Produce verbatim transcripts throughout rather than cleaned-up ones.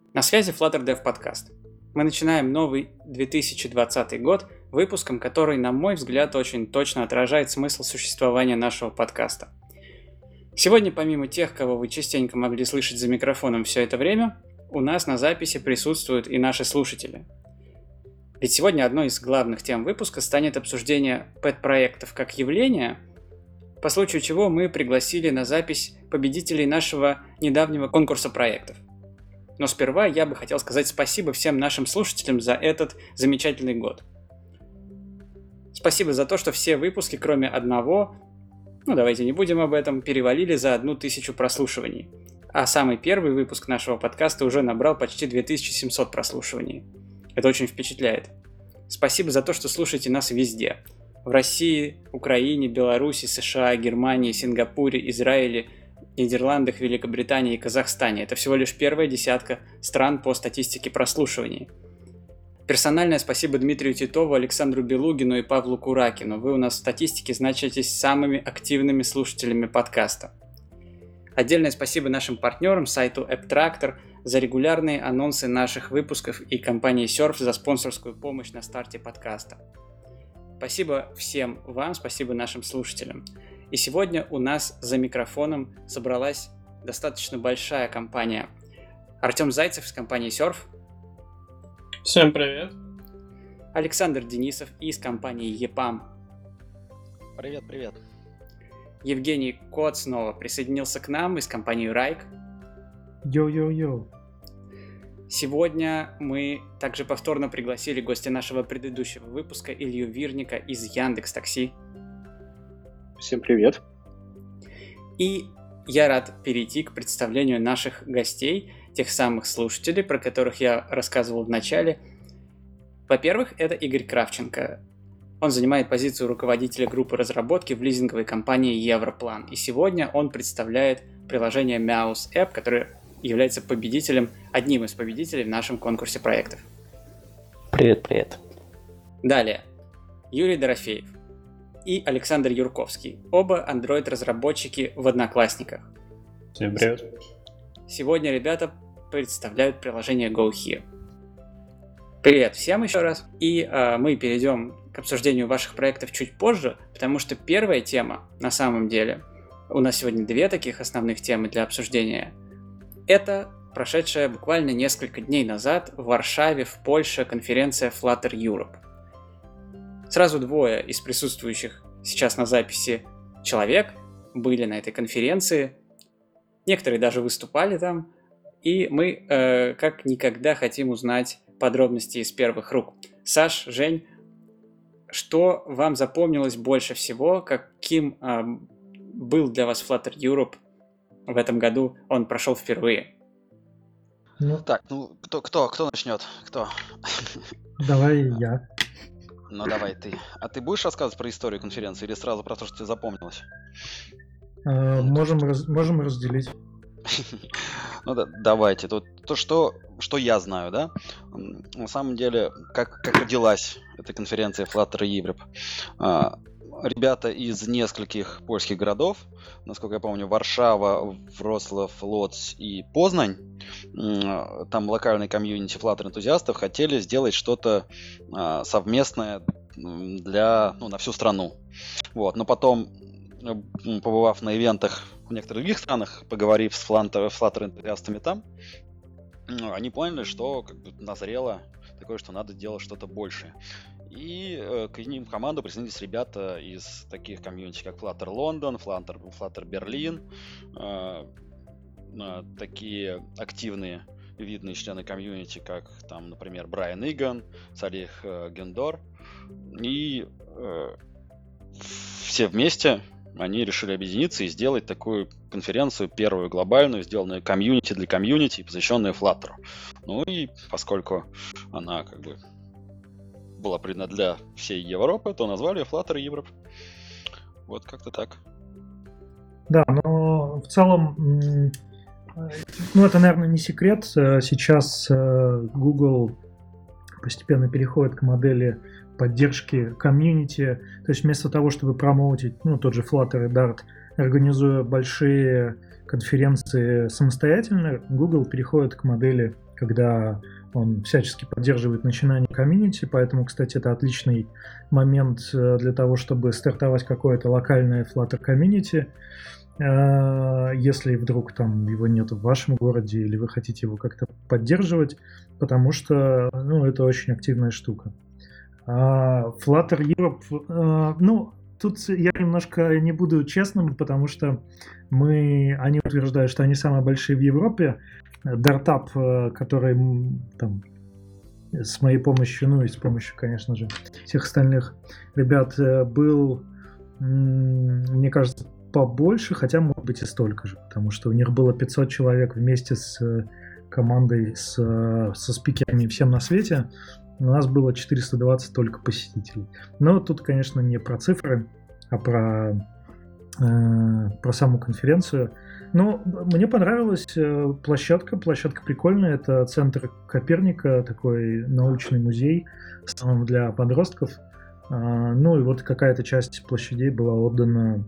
На связи Flutter Dev Podcast. Мы начинаем новый две тысячи двадцатый год выпуском, который, на мой взгляд, очень точно отражает смысл существования нашего подкаста. Сегодня, помимо тех, кого вы частенько могли слышать за микрофоном все это время, у нас на записи присутствуют и наши слушатели. Ведь сегодня одной из главных тем выпуска станет обсуждение пэт-проектов как явления, по случаю чего мы пригласили на запись победителей нашего недавнего конкурса проектов. Но сперва я бы хотел сказать спасибо всем нашим слушателям за этот замечательный год. Спасибо за то, что все выпуски, кроме одного, ну давайте не будем об этом, перевалили за одну тысячу прослушиваний. А самый первый выпуск нашего подкаста уже набрал почти две тысячи семьсот прослушиваний. Это очень впечатляет. Спасибо за то, что слушаете нас везде. В России, Украине, Беларуси, США, Германии, Сингапуре, Израиле, Нидерландах, Великобритании и Казахстане. Это всего лишь первая десятка стран по статистике прослушиваний. Персональное спасибо Дмитрию Титову, Александру Белугину и Павлу Куракину. Вы у нас в статистике значитесь самыми активными слушателями подкаста. Отдельное спасибо нашим партнерам, сайту AppTractor, за регулярные анонсы наших выпусков и компании Surf за спонсорскую помощь на старте подкаста. Спасибо всем вам, спасибо нашим слушателям. И сегодня у нас за микрофоном собралась достаточно большая компания. Артем Зайцев из компании Surf. Всем привет. Александр Денисов из компании ЕПАМ. Привет, привет. Евгений Кот снова присоединился к нам из компании Райк. Йоу-йоу-йоу. Сегодня мы также повторно пригласили гостя нашего предыдущего выпуска Илью Вирника из Яндекс.Такси. Всем привет. И я рад перейти к представлению наших гостей, тех самых слушателей, про которых я рассказывал в начале. Во-первых, это Игорь Кравченко. Он занимает позицию руководителя группы разработки в лизинговой компании Европлан. И сегодня он представляет приложение Meows App, которое является победителем, одним из победителей в нашем конкурсе проектов. Привет, привет. Далее. Юрий Дорофеев и Александр Юрковский. Оба Android-разработчики в Одноклассниках. Всем привет. Сегодня ребята представляют приложение GoHere. Привет всем еще раз. И э, мы перейдем к обсуждению ваших проектов чуть позже, потому что первая тема, на самом деле, у нас сегодня две таких основных темы для обсуждения. Это прошедшая буквально несколько дней назад в Варшаве, в Польше, конференция Flutter Europe. Сразу двое из присутствующих сейчас на записи человек были на этой конференции. Некоторые даже выступали там. И мы э, как никогда хотим узнать подробности из первых рук. Саш, Жень, что вам запомнилось больше всего? Каким э, был для вас Flutter Europe в этом году? Он прошел впервые. Ну, так, ну кто, кто, кто начнет? Кто? Давай я. Ну давай ты. А ты будешь рассказывать про историю конференции или сразу про то, что тебе запомнилось? Э, можем, раз, можем разделить. Ну да, давайте. То, то что, что я знаю, да? На самом деле, как, как родилась эта конференция Flutter Europe? А, ребята из нескольких польских городов, насколько я помню, Варшава, Вроцлав, Лодзь и Познань, там локальный комьюнити Flutter-энтузиастов хотели сделать что-то а, совместное для, ну, на всю страну. Вот. Но потом, побывав на ивентах в некоторых других странах, поговорив с Flutter-энтузиастами там, они поняли, что как бы назрело такое, что надо делать что-то большее. И э, к ним в команду присоединились ребята из таких комьюнити, как Flutter London, Flutter, Flutter Berlin, э, э, такие активные видные члены комьюнити, как там, например, Брайан Иган, Салих э, Гендор. И э, все вместе они решили объединиться и сделать такую конференцию, первую глобальную, сделанную комьюнити для комьюнити, посвященную Flutter. Ну и поскольку она как бы была придана для всей Европы, то назвали ее Flutter Europe. Вот как-то так. Да, но в целом, ну это, наверное, не секрет. Сейчас Google постепенно переходит к модели поддержки комьюнити. То есть вместо того, чтобы промоутить, ну, тот же Flutter и Dart, организуя большие конференции самостоятельно, Google переходит к модели когда он всячески поддерживает начинание комьюнити, поэтому, кстати, это отличный момент для того, чтобы стартовать какое-то локальное Flutter комьюнити, если вдруг там его нет в вашем городе или вы хотите его как-то поддерживать, потому что, ну, это очень активная штука. Flutter Europe, ну, тут я немножко не буду честным, потому что мы, они утверждают, что они самые большие в Европе. Дартап, который там с моей помощью, ну и с помощью, конечно же, всех остальных ребят, был, мне кажется, побольше, хотя, может быть, и столько же, потому что у них было пятьсот человек вместе с командой, с, со спикерами всем на свете. У нас было четыреста двадцать только посетителей. Но тут, конечно, не про цифры, а про, э, про саму конференцию. Но мне понравилась площадка. Площадка прикольная. Это центр Коперника, такой научный музей для подростков. Э, ну и вот какая-то часть площадей была отдана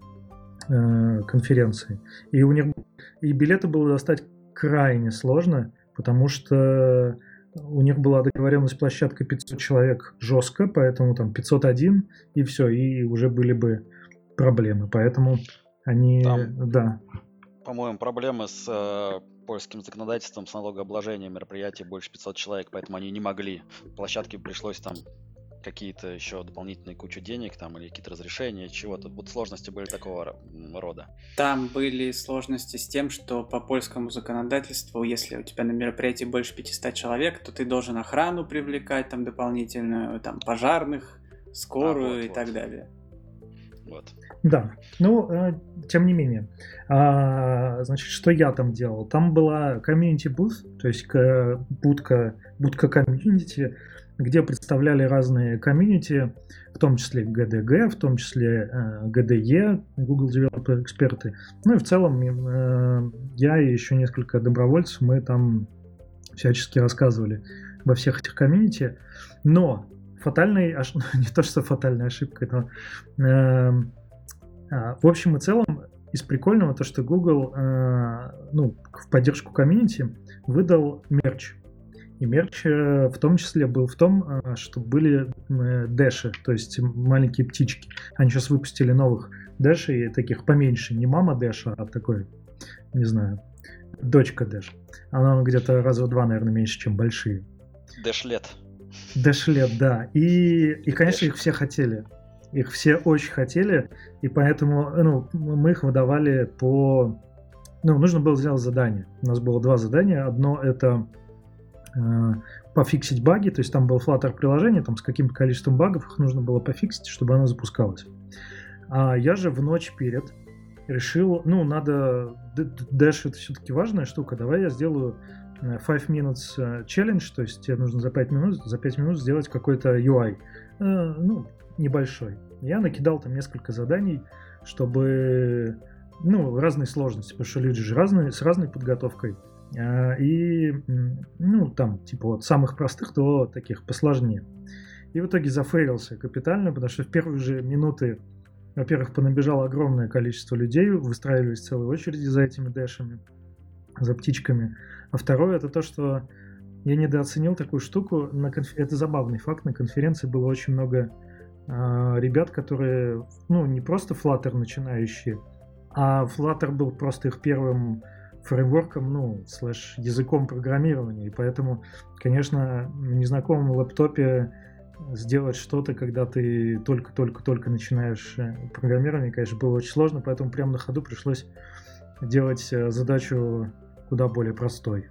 э, конференции. И у них и билеты было достать крайне сложно, потому что у них была договоренность площадка пятьсот человек жестко, поэтому там пятьсот один, и все, и уже были бы проблемы. Поэтому они... Там, да. По-моему, проблемы с э, польским законодательством, с налогообложением мероприятий больше пятьсот человек, поэтому они не могли. Площадке пришлось там какие-то еще дополнительные кучу денег там или какие-то разрешения, чего-то. Вот сложности были такого рода. Там были сложности с тем, что по польскому законодательству, если у тебя на мероприятии больше пятьсот человек, то ты должен охрану привлекать там дополнительную, там пожарных, скорую а, вот, и вот. так далее. Вот. Да, ну, э, тем не менее, а, значит, что я там делал? Там была community booth, то есть к, будка, будка комьюнити, где представляли разные комьюнити, в том числе джи ди джи, в том числе э, джи ди и, Google Developer эксперты. Ну и в целом э, я и еще несколько добровольцев, мы там всячески рассказывали обо всех этих комьюнити. Но фатальной, не то что фатальная ошибка, но э, э, в общем и целом из прикольного то, что Google э, ну, в поддержку комьюнити выдал мерч. И мерч в том числе был в том, что были дэши, то есть маленькие птички. Они сейчас выпустили новых дэшей, таких поменьше. Не мама дэша, а такой, не знаю, дочка дэш. Она где-то раза в два, наверное, меньше, чем большие. Дэшлет. Дэшлет, да. И, и конечно, их все хотели. Их все очень хотели, и поэтому ну, мы их выдавали по... Ну, нужно было сделать задание. У нас было два задания. Одно — это пофиксить баги, то есть там было Flutter приложение, там с каким-то количеством багов их нужно было пофиксить, чтобы оно запускалось. А я же в ночь перед решил, ну, надо, Dash это все-таки важная штука, давай я сделаю пять minutes challenge, то есть тебе нужно за пять минут, за пять минут сделать какой-то ю ай, ну, небольшой. Я накидал там несколько заданий, чтобы, ну, разные сложности, потому что люди же разные, с разной подготовкой. И, ну, там, типа, от самых простых до таких посложнее. И в итоге зафейлился капитально, потому что в первые же минуты, во-первых, понабежало огромное количество людей, выстраивались целые очереди за этими дэшами, за птичками. А второе — это то, что я недооценил такую штуку. На конф... Это забавный факт. На конференции было очень много э, ребят, которые, ну, не просто Flutter начинающие, а Flutter был просто их первым фреймворком, ну, слэш языком программирования, и поэтому, конечно, на незнакомом лэптопе сделать что-то, когда ты только-только-только начинаешь программирование, конечно, было очень сложно, поэтому прямо на ходу пришлось делать задачу куда более простой.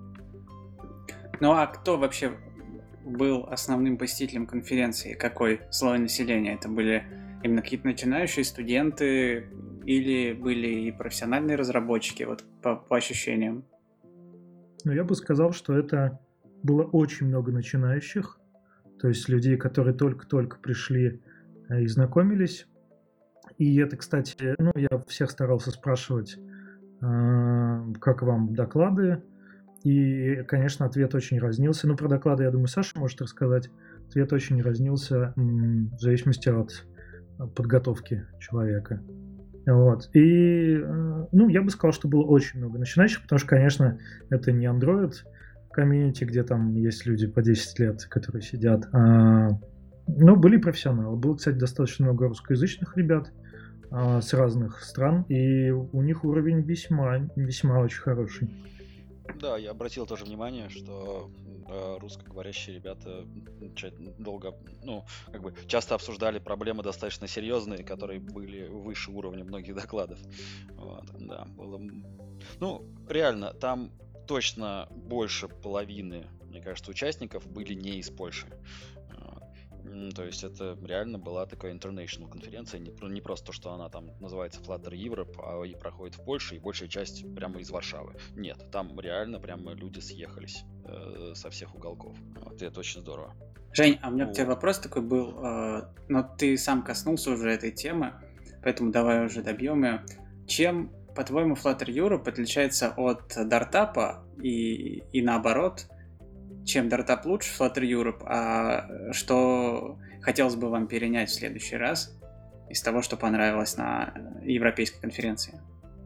Ну а кто вообще был основным посетителем конференции? Какой слой населения? Это были именно какие-то начинающие студенты или были и профессиональные разработчики, вот по, по ощущениям? Ну, я бы сказал, что это было очень много начинающих, то есть людей, которые только-только пришли и знакомились. И это, кстати, ну, я всех старался спрашивать, как вам доклады, и, конечно, ответ очень разнился. Ну, про доклады, я думаю, Саша может рассказать. Ответ очень разнился в зависимости от подготовки человека. Вот. И, ну, я бы сказал, что было очень много начинающих, потому что, конечно, это не Android, комьюнити, где там есть люди по десять лет, которые сидят. А, ну, были профессионалы. Было, кстати, достаточно много русскоязычных ребят а, с разных стран, и у них уровень весьма, весьма очень хороший. Да, я обратил тоже внимание, что э, русскоговорящие ребята ча- долго, ну, как бы часто обсуждали проблемы достаточно серьезные, которые были выше уровня многих докладов. Вот, да, было... м- Ну, реально, там точно больше половины, мне кажется, участников были не из Польши. Вот. М, То есть это реально была такая international конференция, не, про- не просто то, что она там называется Flutter Europe, а и проходит в Польше, и большая часть прямо из Варшавы. Нет, там реально прямо люди съехались э, со всех уголков. Вот, и это очень здорово. Жень, а у меня к тебе Вот. вопрос такой был, э, но ты сам коснулся уже этой темы, поэтому давай уже добьем ее. Чем, по-твоему, Flutter Europe отличается от Дартапа и, и наоборот? Чем Дартап лучше Flutter Europe, а что хотелось бы вам перенять в следующий раз из того, что понравилось на европейской конференции?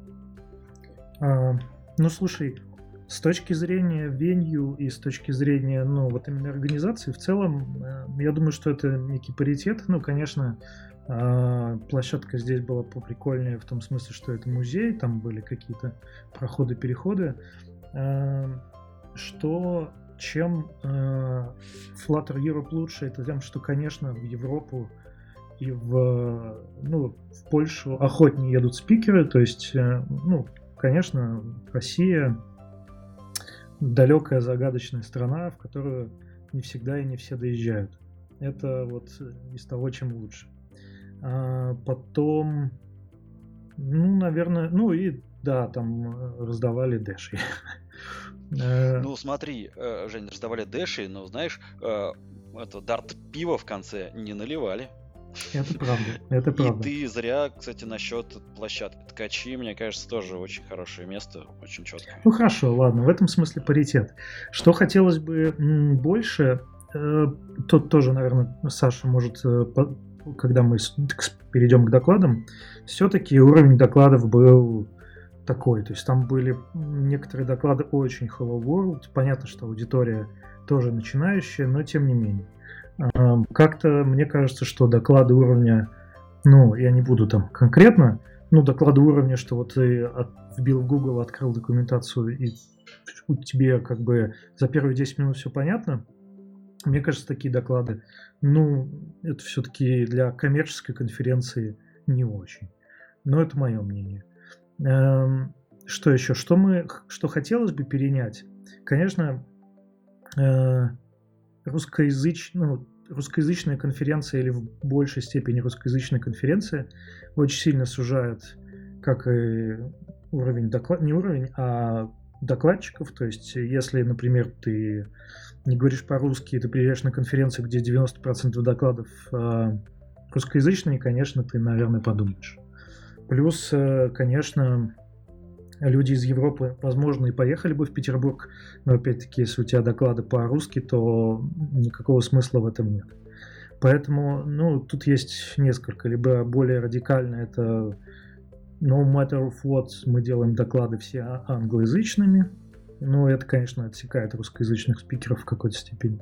А, ну, слушай, с точки зрения венью и с точки зрения, ну, вот именно организации, в целом, э, я думаю, что это некий паритет. Ну, конечно, а, площадка здесь была поприкольнее в том смысле, что это музей, там были какие-то проходы-переходы. А, Что, чем э, Flutter Europe лучше, это тем, что, конечно, в Европу и в, ну, в Польшу охотнее едут спикеры, то есть, э, ну, конечно, Россия далекая загадочная страна, в которую не всегда и не все доезжают. Это вот из того, чем лучше. А потом, ну, наверное, ну и да, там э, раздавали дэши. Э, Ну, смотри, э, Жень, раздавали дэши, но, знаешь, э, это дарт пиво в конце не наливали. Это правда, это И правда. ты зря, кстати, насчет площадки. Ткачи, мне кажется, тоже очень хорошее место, очень четкое. Ну хорошо, ладно, в этом смысле паритет. Что хотелось бы м, больше, э, тут тоже, наверное, Саша может, э, по- когда мы с- к- с- перейдем к докладам, все-таки уровень докладов был такой. То есть там были м, некоторые доклады очень Hello World. Понятно, что аудитория тоже начинающая, но тем не менее. А, Как-то мне кажется, что доклады уровня, ну, я не буду там конкретно, ну, доклады уровня, что вот ты от- вбил в Google, открыл документацию, и у тебе как бы за первые десять минут все понятно. Мне кажется, такие доклады, ну, это все-таки для коммерческой конференции не очень. Но это мое мнение. Эм, Что еще? Что мы, что хотелось бы перенять? Конечно, э, русскоязыч, ну, русскоязычная конференция или в большей степени русскоязычная конференция очень сильно сужает как и уровень доклад, не уровень, а докладчиков. То есть, если, например, ты не говоришь по-русски, ты приезжаешь на конференцию, где девяносто процентов докладов э, русскоязычные, конечно, ты, наверное, подумаешь. Плюс, э, конечно, люди из Европы, возможно, и поехали бы в Петербург, но, опять-таки, если у тебя доклады по-русски, то никакого смысла в этом нет. Поэтому, ну, тут есть несколько. Либо более радикально, это no matter of what, мы делаем доклады все а- англоязычными. Ну, это, конечно, отсекает русскоязычных спикеров в какой-то степени.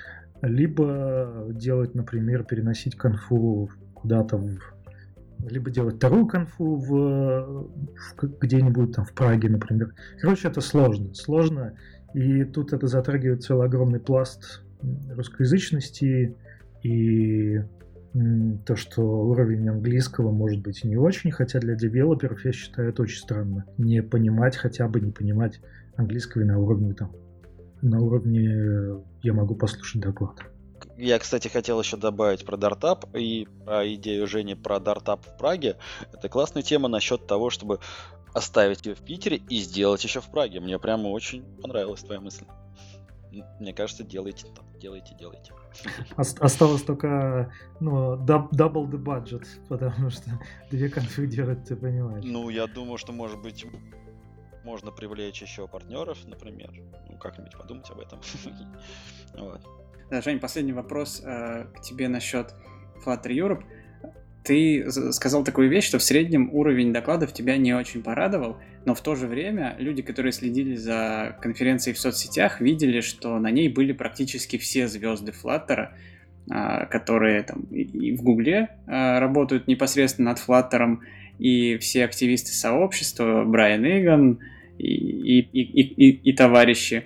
Либо делать, например, переносить конфу куда-то в... Либо делать вторую конфу в, в где-нибудь там в Праге, например. Короче, это сложно. Сложно. И тут это затрагивает целый огромный пласт русскоязычности и м, то, что уровень английского может быть не очень, хотя для девелоперов, я считаю, это очень странно. Не понимать, хотя бы не понимать английского на уровне там. На уровне э, я могу послушать доклад. Я, кстати, хотел еще добавить про Дартап и про идею Жени про Дартап в Праге. Это классная тема насчет того, чтобы оставить ее в Питере и сделать еще в Праге. Мне прямо очень понравилась твоя мысль. М, Мне кажется, делайте, там, делайте, делайте. Ост- Осталось только ну, даб- double the budget, потому что две конфы делать, ты понимаешь. Ну, я думаю, что, может быть, можно привлечь еще партнеров, например. Ну, как-нибудь подумать об этом. Вот. Да, Жень, последний вопрос э, к тебе насчет Flutter Europe. ты сказал такую вещь, что в среднем уровень докладов тебя не очень порадовал, но в то же время люди, которые следили за конференцией в соцсетях, видели, что на ней были практически все звезды Flutter, которые там и в Гугле работают непосредственно над Flutter, и все активисты сообщества, Брайан Иган и, и, и, и, и товарищи.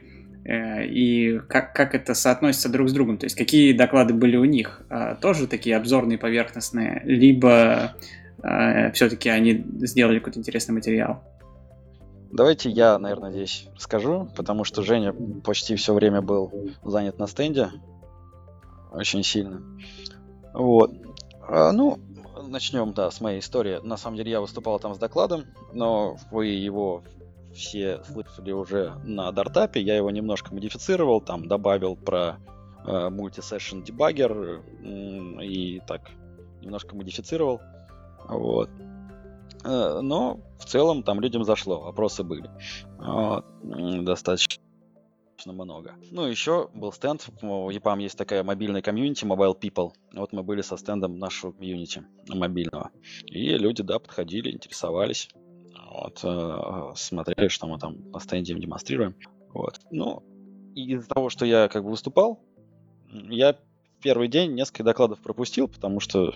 И как, как это соотносится друг с другом? То есть какие доклады были у них? Тоже такие обзорные, поверхностные? Либо э, все-таки они сделали какой-то интересный материал? Давайте я, наверное, здесь скажу, потому что Женя почти все время был занят на стенде. Очень сильно. Вот. А, ну, начнем, да, с моей истории. На самом деле я выступал там с докладом, но вы его... все слышали уже на Дартапе, я его немножко модифицировал, там добавил про э, multi-session debugger э, и так немножко модифицировал, вот. Э, но в целом там людям зашло, вопросы были вот. Достаточно много. Ну, еще был стенд, в EPAM есть такая мобильная комьюнити, Mobile People, вот мы были со стендом нашего комьюнити мобильного, и люди, да, подходили, интересовались. Вот, э, смотрели, что мы там на стенде демонстрируем. Вот. Ну, и из-за того, что я как бы выступал, я первый день несколько докладов пропустил, потому что,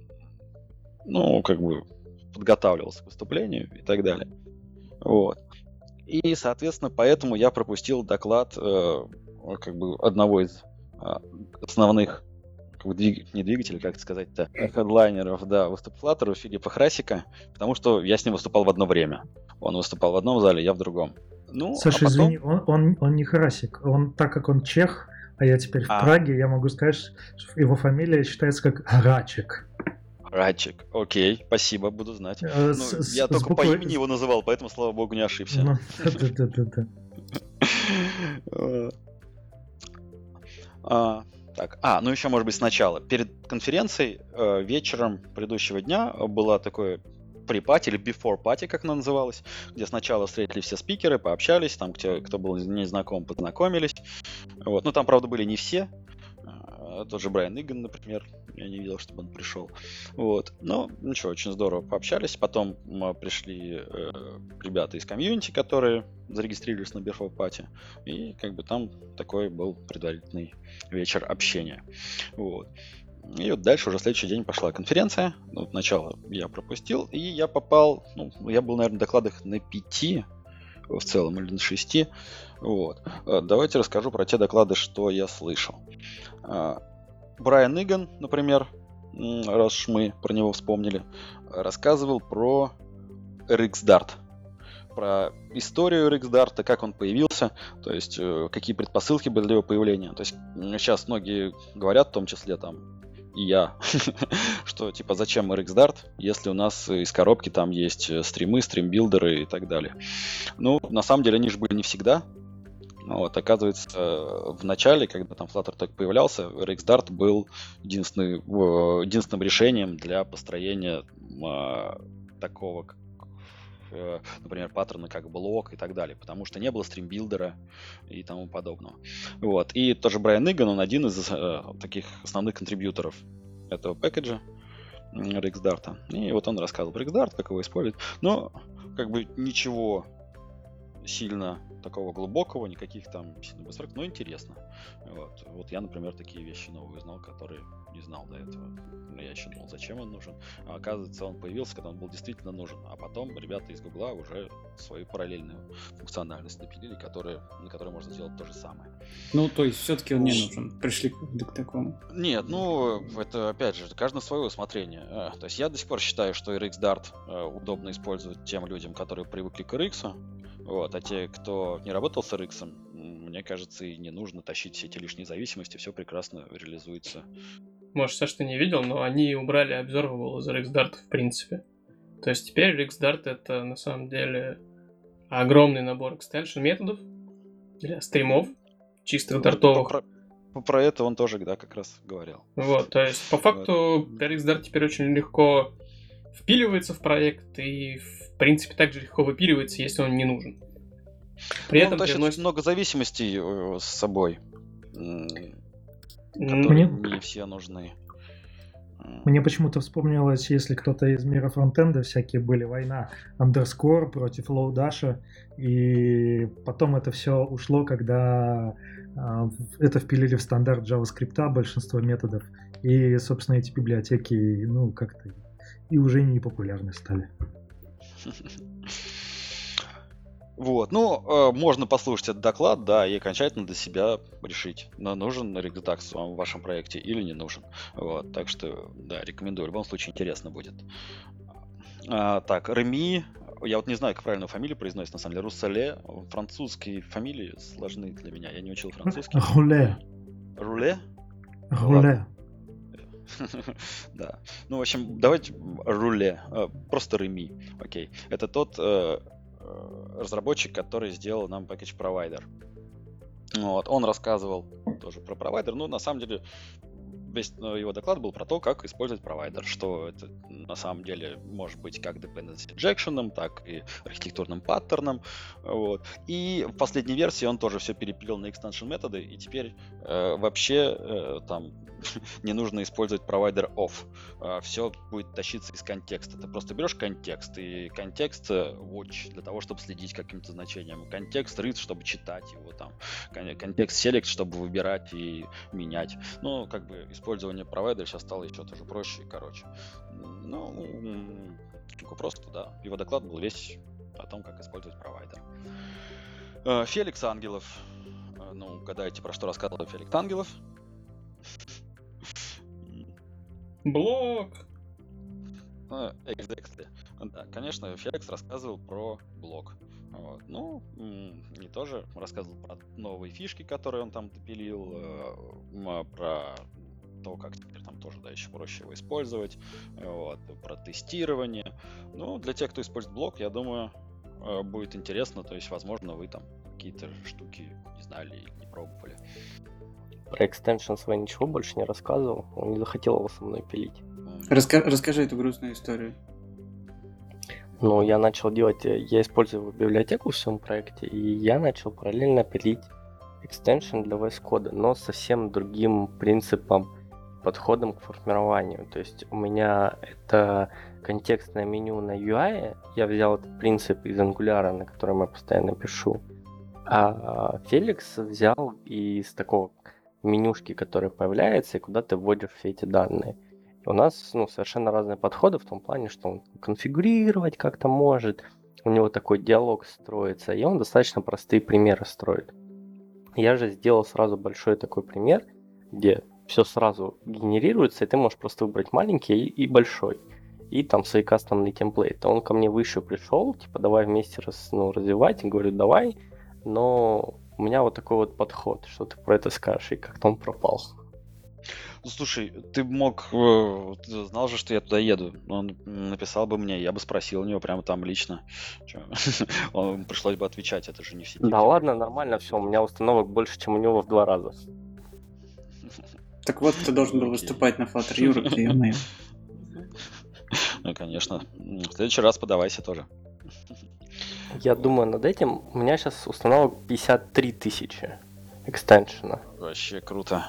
ну, как бы подготавливался к выступлению и так далее. Вот. И, соответственно, поэтому я пропустил доклад э, как бы одного из э, основных как бы двиг... не двигателей, как это сказать-то, хедлайнеров, да, выступ Flutter, Филиппа Храсика, потому что я с ним выступал в одно время. Он выступал в одном зале, я в другом. Ну, Саша, а потом... извини, он, он, он не Храсик. Он, так как он чех, а я теперь в а. Праге, я могу сказать, что его фамилия считается как Грачик. Грачик, окей, спасибо, буду знать. Э, ну, с, я с, только с буквой... по имени его называл, поэтому, слава богу, не ошибся. Ну, да-да-да-да. Так, а, ну еще, может быть, сначала. Перед конференцией э, вечером предыдущего дня была такое pre-party или before party, как она называлась, где сначала встретили все спикеры, пообщались, там, кто, кто был не знаком, познакомились. Вот. Ну, там, правда, были не все. Тот же Брайан Иган, например, я не видел, чтобы он пришел. Вот. Но ничего, очень здорово пообщались. Потом мы пришли э, ребята из комьюнити, которые зарегистрировались на Before Party. И как бы там такой был предварительный вечер общения. Вот. И вот дальше уже следующий день пошла конференция. Вот начало я пропустил. И я попал, ну, я был, наверное, в докладах на пяти в целом или на шести. Вот. Давайте расскажу про те доклады, что я слышал. Брайан Иган, например, раз уж мы про него вспомнили, рассказывал про эр икс дарт. Про историю эр икс дарт, как он появился, то есть какие предпосылки были для его появления. То есть сейчас многие говорят, в том числе там и я, что типа зачем эр икс дарт, если у нас из коробки там есть стримы, стримбилдеры и так далее. Ну, на самом деле они же были не всегда. Вот, оказывается, в начале, когда там Flutter только появлялся, эр икс дарт был единственный, единственным решением для построения э, такого, э, например, паттерна как блок и так далее, потому что не было стримбилдера и тому подобного. Вот. И тоже Брайан Иган, он один из э, таких основных контрибьюторов этого пэкэджа эр икс дарт. И вот он рассказывал про эр икс дарт, как его использовать. Но как бы ничего сильно такого глубокого, никаких там сильно быстрых, но интересно. Вот. вот я, например, такие вещи новые узнал, которые не знал до этого. Я еще думал, зачем он нужен. А оказывается, он появился, когда он был действительно нужен. А потом ребята из Гугла уже свою параллельную функциональность напилили, которые, на которой можно сделать то же самое. Ну, то есть, все-таки он не нужен. Пришли к такому. Нет, ну, это, опять же, каждое свое усмотрение. То есть, я до сих пор считаю, что эр икс дарт удобно использовать тем людям, которые привыкли к эр икс. Вот, а те, кто не работал с эр икс, мне кажется, и не нужно тащить все эти лишние зависимости, все прекрасно реализуется. Может, Саш, ты не видел, но они убрали Observable из эр икс дарт в принципе. То есть теперь эр икс дарт это на самом деле огромный набор экстеншн методов для стримов, чистых Ну, дартовых. Про, про- про это он тоже, да, как раз говорил. Вот, то есть по факту эр икс дарт теперь очень легко впиливается в проект и в принципе также легко выпиливается, если он не нужен. При Ну, этом он тащит приносит... много зависимостей э, с собой, м, М, которые Мне- не все нужны. Мне почему-то вспомнилось, если кто-то из мира фронтенда, всякие были война Underscore против Lodash, и потом это все ушло, когда э, это впилили в стандарт JavaScript большинство методов, и, собственно, эти библиотеки, ну, как-то и уже не популярны стали. Вот, ну, э, можно послушать этот доклад, да, и окончательно для себя решить, на- нужен RxDAX вам в вашем проекте или не нужен. Вот, так что, да, рекомендую, в любом случае интересно будет. А, так, Реми, я вот не знаю, как правильно фамилию произносить, на самом деле, Руссоле, французские фамилии сложны для меня, я не учил французский. Руле. Руле? Руле. Да. Ну, в общем, давайте Руле. э, Просто Реми. Окей. Это тот э, э, разработчик, который сделал нам package provider. Вот. Он рассказывал тоже про провайдер. Ну, на самом деле, весь э, его доклад был про то, как использовать провайдер. Что это на самом деле может быть как dependency injection, так и архитектурным паттерном. Вот. И в последней версии он тоже все перепилил на extension методы. И теперь э, вообще э, там не нужно использовать провайдер off. Все будет тащиться из контекста. Ты просто берешь контекст, и контекст э, watch для того, чтобы следить каким-то значением. Контекст read, чтобы читать его там. Кон- Контекст select, чтобы выбирать и менять. Ну, как бы использование провайдера сейчас стало еще тоже проще и короче. Ну, м, только просто, да. Его доклад был весь о том, как использовать провайдер. Э, Феликс Ангелов. Э, Ну, угадайте, про что рассказывал Феликс Ангелов. Блок. Ну, exactly. Да, конечно, Феликс рассказывал про блог. Вот. Ну, м, не тоже рассказывал про новые фишки, которые он там допилил, э, м, про то, как теперь там тоже, да, еще проще его использовать, вот, про тестирование. Ну, для тех, кто использует блог, я думаю, э, будет интересно, то есть, возможно, вы там какие-то штуки не знали или не пробовали. Про экстеншн свой ничего больше не рассказывал. Он не захотел его со мной пилить. Ну, Раска- расскажи эту грустную историю. Но я начал делать, э, я использую его библиотеку в своем проекте, и я начал параллельно пилить экстеншн для ви эс Code, но совсем другим принципом, подходом к формированию. То есть у меня это контекстное меню на ю ай, я взял этот принцип из Angular, на котором я постоянно пишу, а Феликс взял из такого менюшки, которая появляется, и куда ты вводишь все эти данные. И у нас, ну, совершенно разные подходы в том плане, что он конфигурировать как-то может, у него такой диалог строится, и он достаточно простые примеры строит. Я же сделал сразу большой такой пример, где все сразу генерируется, и ты можешь просто выбрать маленький и, и большой. И там свои кастомные темплейты. Он ко мне выше пришел, типа, давай вместе раз, ну, развивать. И говорю, давай, но у меня вот такой вот подход, что ты про это скажешь, и как-то он пропал. Ну, слушай, ты мог, э, ты знал же, что я туда еду. Он написал бы мне, я бы спросил у него прямо там лично. Чё? Он пришлось бы отвечать, это же не в сети. Да ладно, нормально все, у меня установок больше, чем у него в два раза. Так вот, кто должен был Окей. выступать на Flutter Europe, ё-моё. Ну, конечно. В следующий раз подавайся тоже. Я думаю над этим, у меня сейчас установок пятьдесят три тысячи экстеншена. Вообще круто.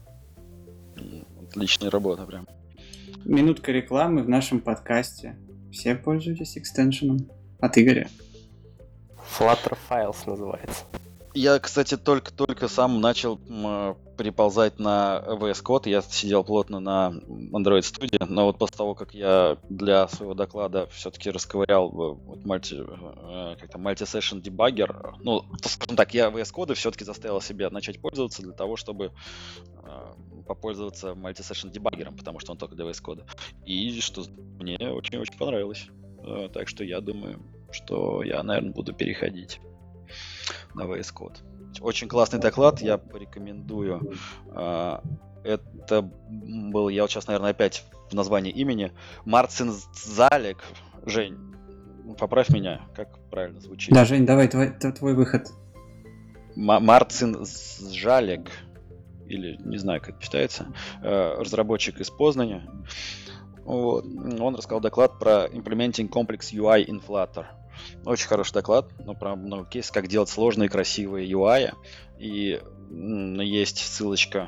М, Отличная работа прям. Минутка рекламы в нашем подкасте. Все пользуйтесь экстеншеном. От Игоря. Flutter Files называется. Я, кстати, только-только сам начал м, приползать на ви эс Code. Я сидел плотно на Android Studio, но вот после того, как я для своего доклада все-таки расковырял э, вот мульти, э, как-то multi-session debugger, ну, то, скажем так, я ви эс Code все-таки заставил себя начать пользоваться для того, чтобы э, попользоваться multi-session дебаггером, потому что он только для ви эс Code. И что мне очень-очень понравилось. Э, так что я думаю, что я, наверное, буду переходить на ви эс Code. Очень классный доклад, я порекомендую. А, Это был, я вот сейчас, наверное, опять в названии имени, Марцин Залек. Жень, поправь меня, как правильно звучит. Да, Жень, давай, твой, твой выход. М- Марцин Жалек, или не знаю, как это читается, э, разработчик из Познани. Вот. Он рассказал доклад про Implementing Complex ю ай in Flutter. Очень хороший доклад, но про много кейсов, как делать сложные красивые ю ай. И м, есть ссылочка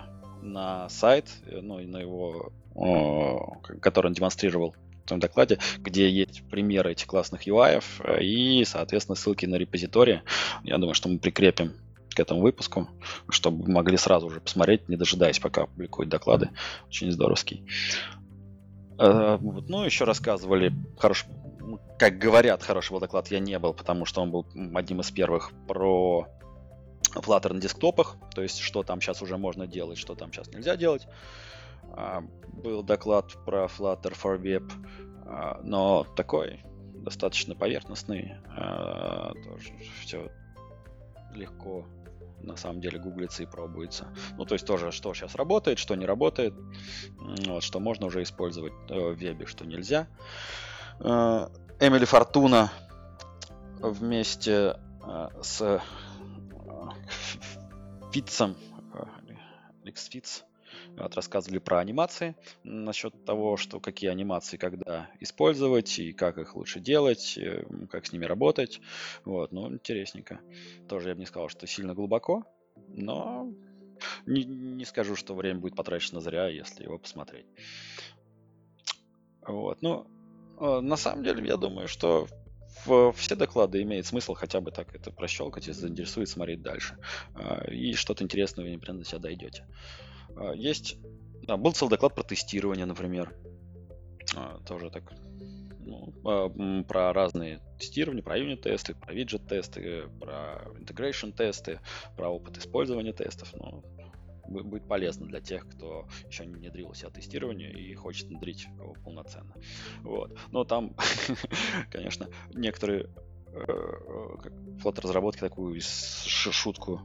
на сайт, ну и на его, о, который он демонстрировал в своем докладе, где есть примеры этих классных ю ай и, соответственно, ссылки на репозитории. Я думаю, что мы прикрепим к этому выпуску, чтобы вы могли сразу же посмотреть, не дожидаясь, пока опубликуют доклады. Очень здоровский. Вот. Ну, еще рассказывали, хорош, как говорят, хороший был доклад, я не был, потому что он был одним из первых про Flutter на десктопах, то есть что там сейчас уже можно делать, что там сейчас нельзя делать. Был доклад про Flutter for Web, но такой достаточно поверхностный, тоже все легко на самом деле гуглится и пробуется. Ну, то есть тоже, что сейчас работает, что не работает, вот, что можно уже использовать в вебе, что нельзя. Эмили Фортуна вместе с Фитцем, Лекс Фитц, вот, рассказывали про анимации, насчет того, что какие анимации когда использовать и как их лучше делать, как с ними работать. Вот, ну, интересненько. Тоже я бы не сказал, что сильно глубоко, но не, не скажу, что время будет потрачено зря, если его посмотреть. Вот, ну, на самом деле, я думаю, что в все доклады имеет смысл хотя бы так это прощелкать, если заинтересует, смотреть дальше. И что-то интересное вы непременно до себя дойдете. Есть, да, был целый доклад про тестирование, например, тоже так, ну, про разные тестирования, про юнит-тесты, про виджет-тесты, про интегрейшн-тесты, про опыт использования тестов. Ну, будет полезно для тех, кто еще не внедрил у себя тестирование и хочет внедрить его полноценно. Вот. Но там, конечно, некоторые Flutter-разработки такую шутку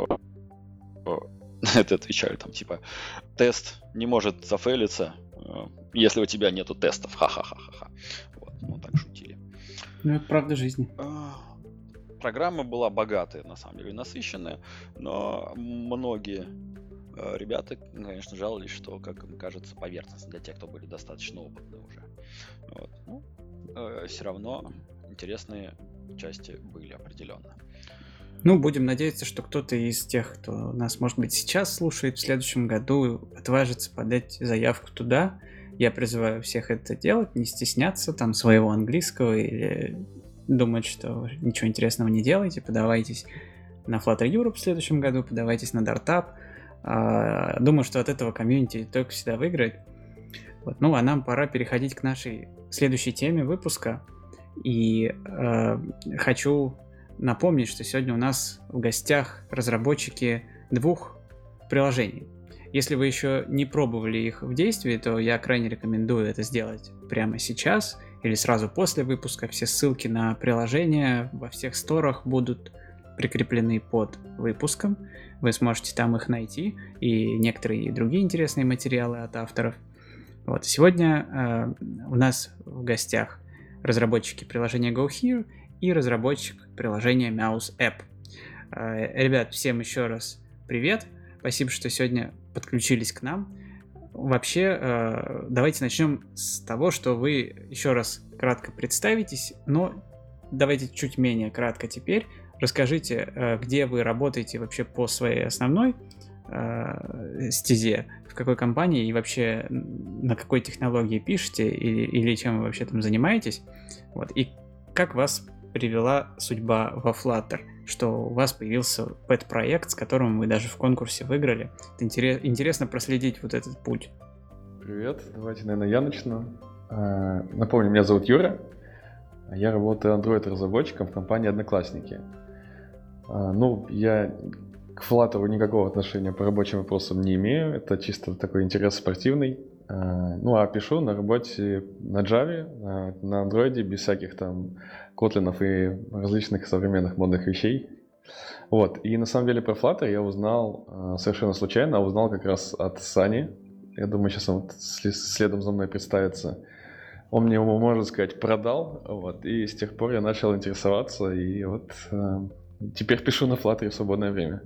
это отвечали, там, типа, тест не может зафейлиться, если у тебя нету тестов. Ха-ха-ха-ха-ха. Вот, ну, так шутили. Ну, это правда жизни. Программа была богатая, на самом деле, насыщенная, но многие ребята, конечно, жаловались, что, как им кажется, поверхностно для тех, кто были достаточно опытны уже. Вот. Ну, э, все равно интересные части были определенно. Ну, будем надеяться, что кто-то из тех, кто нас, может быть, сейчас слушает, в следующем году отважится подать заявку туда. Я призываю всех это делать, не стесняться там своего английского или думать, что ничего интересного не делаете. Подавайтесь на Flutter Europe в следующем году, подавайтесь на Dartup. Думаю, что от этого комьюнити только всегда выиграет. Вот. Ну, а нам пора переходить к нашей следующей теме выпуска. И э, хочу напомнить, что сегодня у нас в гостях разработчики двух приложений. Если вы еще не пробовали их в действии, то я крайне рекомендую это сделать прямо сейчас или сразу после выпуска. Все ссылки на приложения во всех сторах будут прикреплены под выпуском. Вы сможете там их найти и некоторые другие интересные материалы от авторов. Вот. Сегодня э, у нас в гостях разработчики приложения GoHere и разработчик приложения Mouse App. Э, ребят, всем еще раз привет. Спасибо, что сегодня подключились к нам. Вообще, э, давайте начнем с того, что вы еще раз кратко представитесь, но давайте чуть менее кратко теперь. Расскажите, где вы работаете вообще по своей основной э, стезе, в какой компании и вообще на какой технологии пишете или, или чем вы вообще там занимаетесь. Вот. И как вас привела судьба во Flutter, что у вас появился пэт-проект, с которым вы даже в конкурсе выиграли. Это интерес, интересно проследить вот этот путь. Привет, давайте, наверное, я начну. Напомню, меня зовут Юра. Я работаю Android-разработчиком в компании «Одноклассники». Ну, я к Flutter никакого отношения по рабочим вопросам не имею. Это чисто такой интерес спортивный. Ну, а пишу на работе на Java, на Android, без всяких там котлинов и различных современных модных вещей. Вот. И на самом деле про Flutter я узнал совершенно случайно, а узнал как раз от Сани. Я думаю, сейчас он следом за мной представится. Он мне его, можно сказать, продал. Вот. И с тех пор я начал интересоваться. И вот теперь пишу на Flutter в свободное время.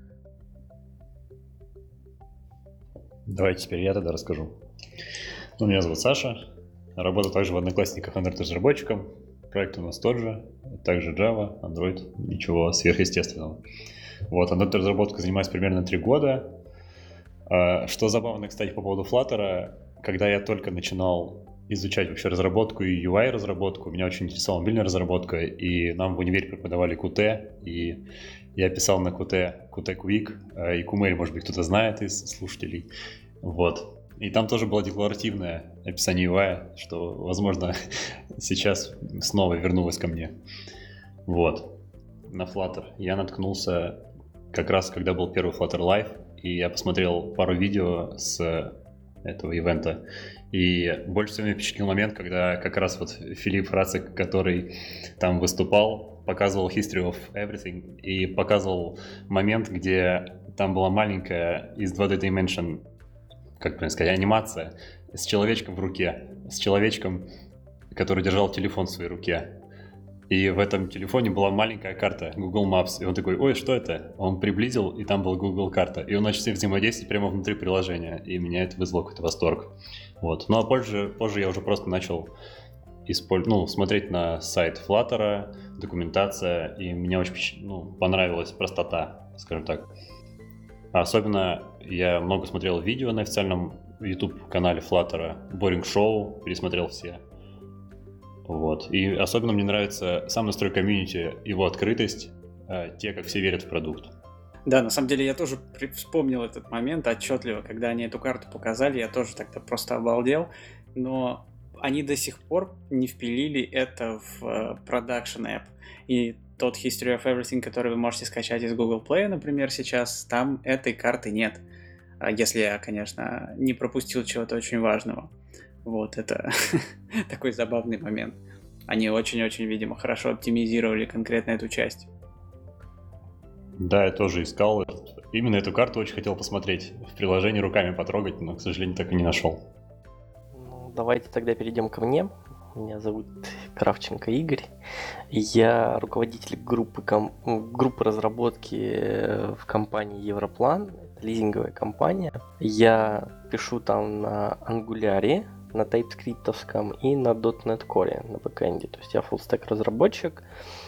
Давайте теперь я тогда расскажу. Ну, меня зовут Саша. Работаю также в Одноклассниках Android-разработчиком. Проект у нас тот же. Также Java, Android. Ничего сверхъестественного. Вот, Android-разработкой занимаюсь примерно три года. А, Что забавно, кстати, по поводу Flutter, когда я только начинал изучать вообще разработку и ю ай-разработку, меня очень интересовала мобильная разработка, и нам в универе преподавали кью ти, и я писал на кью ти, кью ти Quick, а, и Кумель, может быть, кто-то знает из слушателей. Вот. И там тоже было декларативное описание ю ай, что, возможно, сейчас снова вернулось ко мне. Вот. На Flutter я наткнулся как раз, когда был первый Flutter Live, и я посмотрел пару видео с этого ивента. И больше всего меня впечатлил момент, когда как раз вот Филипп Рацик, который там выступал, показывал History of Everything и показывал момент, где там была маленькая из два дэ Dimension, как правильно сказать, анимация с человечком в руке, с человечком, который держал телефон в своей руке. И в этом телефоне была маленькая карта Google Maps. И он такой: ой, что это? Он приблизил, и там была Google карта. И он начал с ней взаимодействовать прямо внутри приложения. И меня это вызвало какой-то восторг. Вот. Ну а позже, позже я уже просто начал использ... ну, смотреть на сайт Flutter, документация. И мне очень ну, понравилась простота, скажем так. А особенно я много смотрел видео на официальном YouTube-канале Flutter. Boring Show, пересмотрел все. Вот. И особенно мне нравится сам настрой комьюнити, его открытость, те, как все верят в продукт. Да, на самом деле я тоже при- вспомнил этот момент отчетливо, когда они эту карту показали, я тоже тогда просто обалдел, но они до сих пор не впилили это в uh, Production App. И тот History of Everything, который вы можете скачать из Google Play, например, сейчас, там этой карты нет. Если я, конечно, не пропустил чего-то очень важного. Вот, это такой забавный момент. Они очень-очень, видимо, хорошо оптимизировали конкретно эту часть. Да, я тоже искал. Именно эту карту очень хотел посмотреть. В приложении руками потрогать, но, к сожалению, так и не нашел. Ну, давайте тогда перейдем ко мне. Меня зовут Кравченко Игорь. Я руководитель группы, ком... группы разработки в компании Европлан. Это лизинговая компания. Я пишу там на Angular, на TypeScript и на .дот нет Core на бэкэнде. То есть я full-stack разработчик.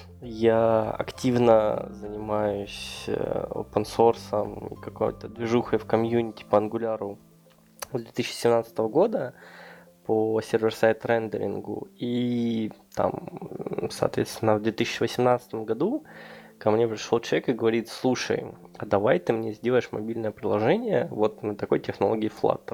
Я активно занимаюсь open source и какой-то движухой в комьюнити по Angular с две тысячи семнадцатого года по сервер-сайд рендерингу. И там, соответственно, в две тысячи восемнадцатом году ко мне пришел человек и говорит: слушай, а давай ты мне сделаешь мобильное приложение вот на такой технологии Flutter.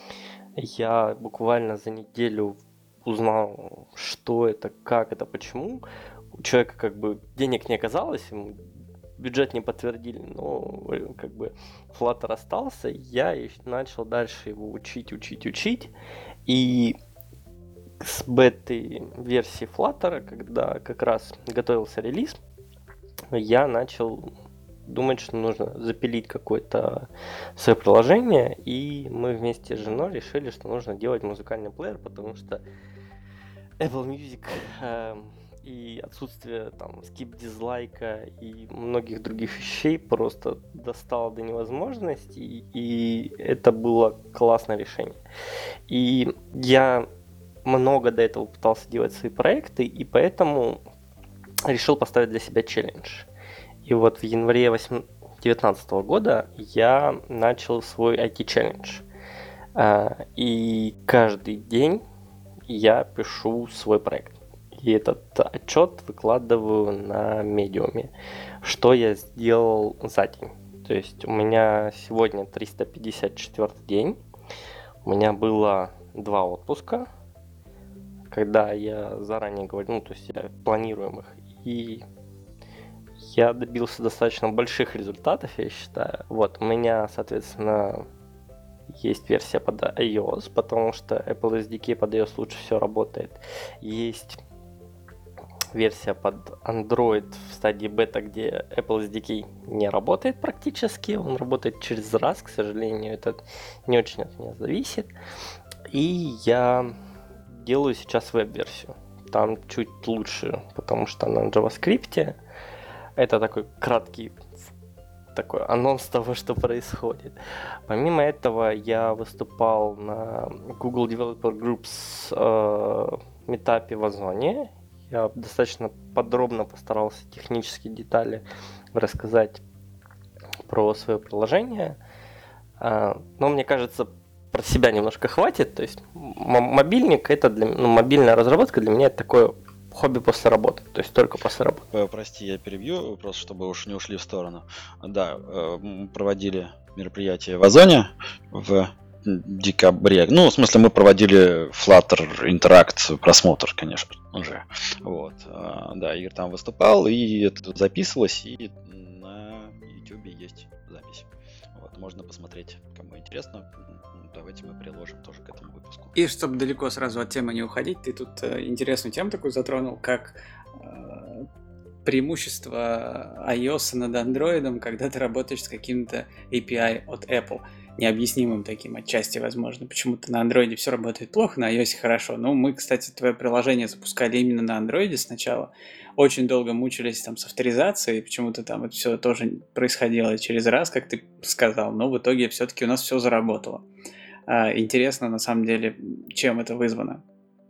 Я буквально за неделю узнал, что это, как это, почему. У человека как бы денег не оказалось, ему бюджет не подтвердили, но как бы Flutter остался. Я начал дальше его учить, учить, учить. И с беты версии Flutter, когда как раз готовился релиз, я начал думать, что нужно запилить какое-то свое приложение, и мы вместе с женой решили, что нужно делать музыкальный плеер, потому что Apple Music э, и отсутствие там скип-дизлайка и многих других вещей просто достало до невозможности, и, и это было классное решение. И я много до этого пытался делать свои проекты, и поэтому решил поставить для себя челлендж. И вот в январе две тысячи девятнадцатого года я начал свой ай ти-челлендж. И каждый день я пишу свой проект. И этот отчет выкладываю на медиуме. Что я сделал за день. То есть у меня сегодня триста пятьдесят четвёртый день. У меня было два отпуска, когда я заранее говорю, ну, то есть я планируем их. И я добился достаточно больших результатов, я считаю. Вот, у меня, соответственно, есть версия под iOS, потому что Apple эс ди кей под iOS лучше всего работает. Есть версия под Android в стадии бета, где Apple эс ди кей не работает практически. Он работает через раз, к сожалению, это не очень от меня зависит. И я делаю сейчас веб-версию. Там чуть лучше, потому что на JavaScript. Это такой краткий такой анонс того, что происходит. Помимо этого, я выступал на Google Developer Groups э, метапе в Озоне. Я достаточно подробно постарался технические детали рассказать про свое приложение. А, но мне кажется, про себя немножко хватит. То есть м- мобильник это для ну, мобильная разработка для меня это такое хобби после работы, то есть только после работы. Э, Прости, я перебью, просто чтобы уж не ушли в сторону. Да, э, мы проводили мероприятие в Озоне в декабре. Ну, в смысле, мы проводили Flutter Interact просмотр, конечно же. Вот. А, Да, Игорь там выступал, и это записывалось, и на YouTube есть запись. Вот, можно посмотреть, кому интересно. Давайте мы приложим тоже к этому выпуску. И чтобы далеко сразу от темы не уходить, ты тут э, интересную тему такую затронул, как э, преимущество iOS над Android, когда ты работаешь с каким-то эй пи ай от Apple. Необъяснимым таким отчасти, возможно. Почему-то на Android все работает плохо, на iOS хорошо. Ну, мы, кстати, твое приложение запускали именно на Android сначала. Очень долго мучились там с авторизацией, почему-то там это все тоже происходило через раз, как ты сказал, но в итоге все-таки у нас все заработало. А, интересно, на самом деле, чем это вызвано?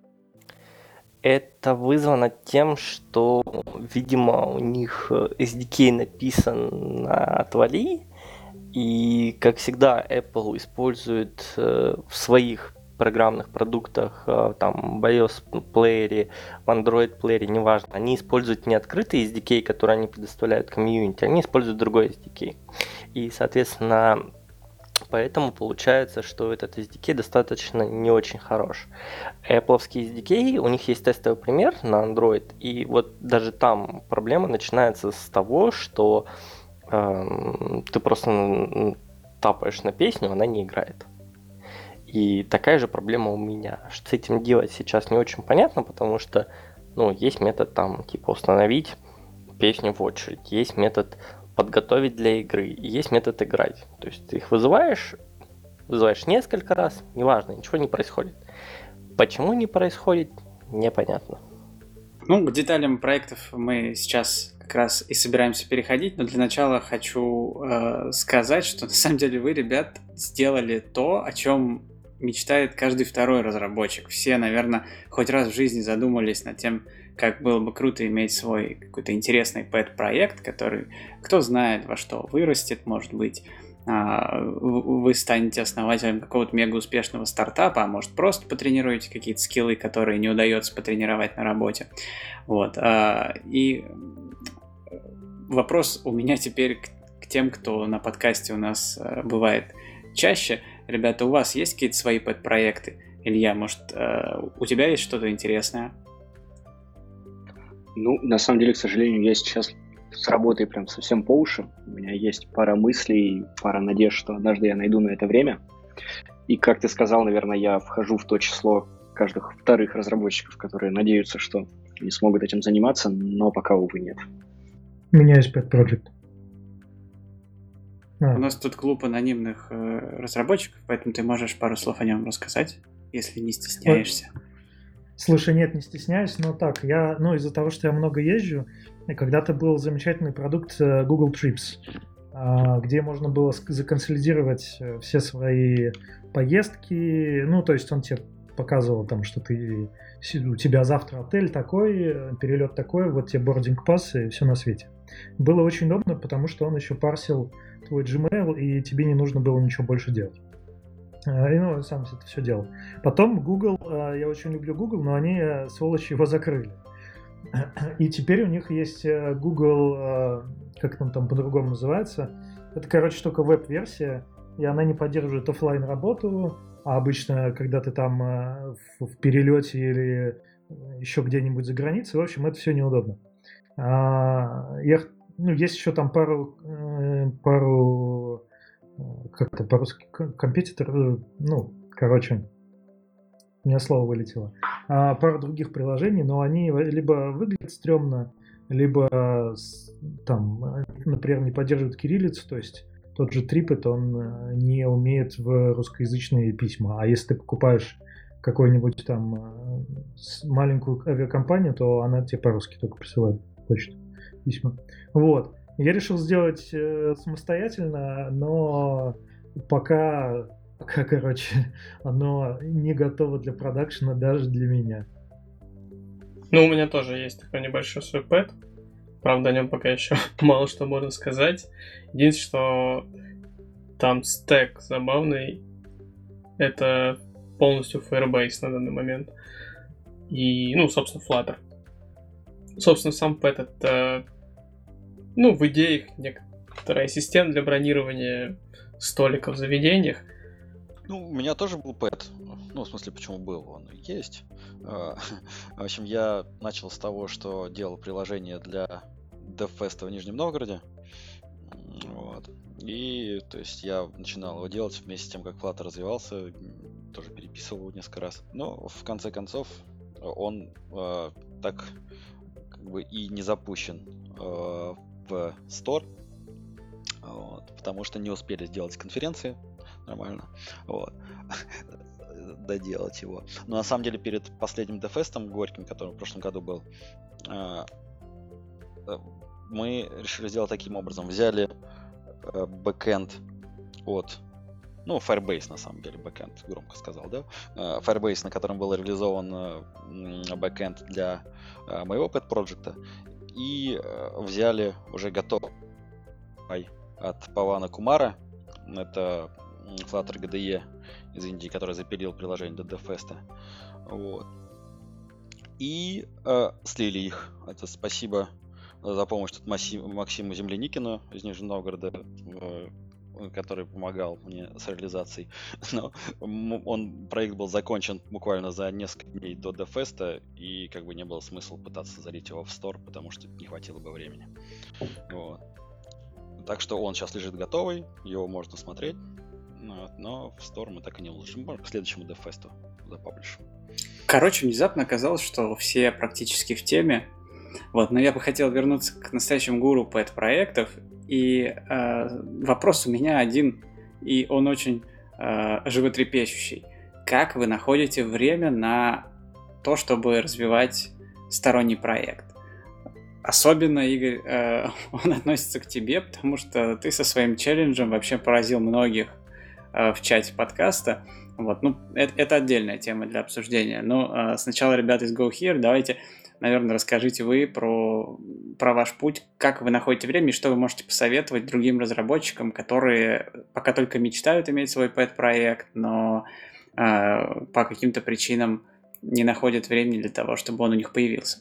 Это вызвано тем, что, видимо, у них эс ди кей написан на Twali, и, как всегда, Apple использует э, в своих программных продуктах, э, там, в iOS плеере, в Android плеере, неважно, они используют не открытый эс ди кей, который они предоставляют комьюнити, они используют другой эс ди кей. И, соответственно, поэтому получается, что этот эс ди кей достаточно не очень хорош. Apple'овский эс ди кей, у них есть тестовый пример на Android, и вот даже там проблема начинается с того, что э, ты просто тапаешь на песню, она не играет. И такая же проблема у меня. Что с этим делать сейчас не очень понятно, потому что ну, есть метод там типа установить песню в очередь, есть метод подготовить для игры, и есть метод играть. То есть ты их вызываешь, вызываешь несколько раз, неважно, ничего не происходит. Почему не происходит, непонятно. Ну, к деталям проектов мы сейчас как раз и собираемся переходить, но для начала хочу э, сказать, что на самом деле вы, ребят, сделали то, о чем мечтает каждый второй разработчик. Все, наверное, хоть раз в жизни задумались над тем, как было бы круто иметь свой какой-то интересный пэт-проект, который, кто знает, во что вырастет, может быть, вы станете основателем какого-то мега успешного стартапа, а может просто потренируете какие-то скиллы, которые не удается потренировать на работе. Вот. И вопрос у меня теперь к тем, кто на подкасте у нас бывает чаще. Ребята, у вас есть какие-то свои пэт-проекты? Илья, может, у тебя есть что-то интересное? Ну, на самом деле, к сожалению, я сейчас с работой прям совсем по уши. У меня есть пара мыслей, пара надежд, что однажды я найду на это время. И, как ты сказал, наверное, я вхожу в то число каждых вторых разработчиков, которые надеются, что не смогут этим заниматься, но пока, увы, нет. У меня есть Pet Project. А. У нас тут клуб анонимных э, разработчиков, поэтому ты можешь пару слов о нем рассказать, если не стесняешься. Слушай, нет, не стесняюсь, но так, я, ну, из-за того, что я много езжу, когда-то был замечательный продукт Google Trips, где можно было законсолидировать все свои поездки, ну, то есть он тебе показывал там, что ты, у тебя завтра отель такой, перелет такой, вот тебе бординг-пасс и все на свете. Было очень удобно, потому что он еще парсил твой Gmail, и тебе не нужно было ничего больше делать. И, ну, сам это все делал. Потом Google, я очень люблю Google, но они, сволочи, его закрыли. И теперь у них есть Google, как там там по-другому называется. Это, короче, только веб-версия, и она не поддерживает офлайн работу, а обычно, когда ты там в перелете или еще где-нибудь за границей, в общем, это все неудобно. Я, ну, есть еще там пару, пару как это по-русски, компетитор, ну, короче, у меня слово вылетело. А, пару других приложений, но они либо выглядят стрёмно, либо там, например, не поддерживают кириллицу, то есть тот же Tripit, он не умеет в русскоязычные письма, а если ты покупаешь какую-нибудь там маленькую авиакомпанию, то она тебе по-русски только присылает почту, письма. Вот. Я решил сделать э, самостоятельно, но пока, пока, короче, оно не готово для продакшена даже для меня. Ну, у меня тоже есть такой небольшой свой пэт. Правда, о нем пока еще мало что можно сказать. Единственное, что там стек забавный. Это полностью Firebase на данный момент. И, ну, собственно, Flutter. Собственно, сам Pet это, ну, в идее, некоторый ассистент для бронирования столиков в заведениях. Ну, у меня тоже был Pet. Ну, в смысле, почему был? Он и есть. А, В общем, я начал с того, что делал приложение для DevFest в Нижнем Новгороде. М, Вот. И, то есть, я начинал его делать вместе с тем, как Flutter развивался, м, тоже переписывал его несколько раз. Но, в конце концов, он э, так как бы и не запущен э, в Store, вот, потому что не успели сделать конференции нормально, вот, доделать его. Но на самом деле перед последним DevFest'ом горьким, который в прошлом году был, э, э, мы решили сделать таким образом. Взяли э, бэкэнд от, ну, Firebase, на самом деле, бэкэнд, громко сказал, да? Э, Firebase, на котором был реализован э, м, бэкэнд для э, моего pet проекта, и э, взяли уже готовый от Павана Кумара, это м, Flutter джи ди и из Индии, который запилил приложение для DevFest. Вот. И э, слили их. Это спасибо за помощь тут Маси- Максиму Земляникину из Нижнего Новгорода, э, который помогал мне с реализацией. Но м- он, проект был закончен буквально за несколько дней до DevFest, и как бы не было смысла пытаться залить его в Store, потому что не хватило бы времени. Вот. Так что он сейчас лежит готовый, его можно смотреть, но, но в Store мы так и не уложим. Может, к следующему DevFest запаблишим. Короче, внезапно оказалось, что все практически в теме. Вот, но я бы хотел вернуться к настоящему гуру пэт-проектов. И э, вопрос у меня один, и он очень э, животрепещущий. Как вы находите время на то, чтобы развивать сторонний проект? Особенно, Игорь, э, он относится к тебе, потому что ты со своим челленджем вообще поразил многих э, в чате подкаста. Вот, ну, это, это отдельная тема для обсуждения. Но э, сначала, ребята из GoHere, давайте, наверное, расскажите вы про, про ваш путь, как вы находите время и что вы можете посоветовать другим разработчикам, которые пока только мечтают иметь свой пэт-проект, но э, по каким-то причинам не находят времени для того, чтобы он у них появился.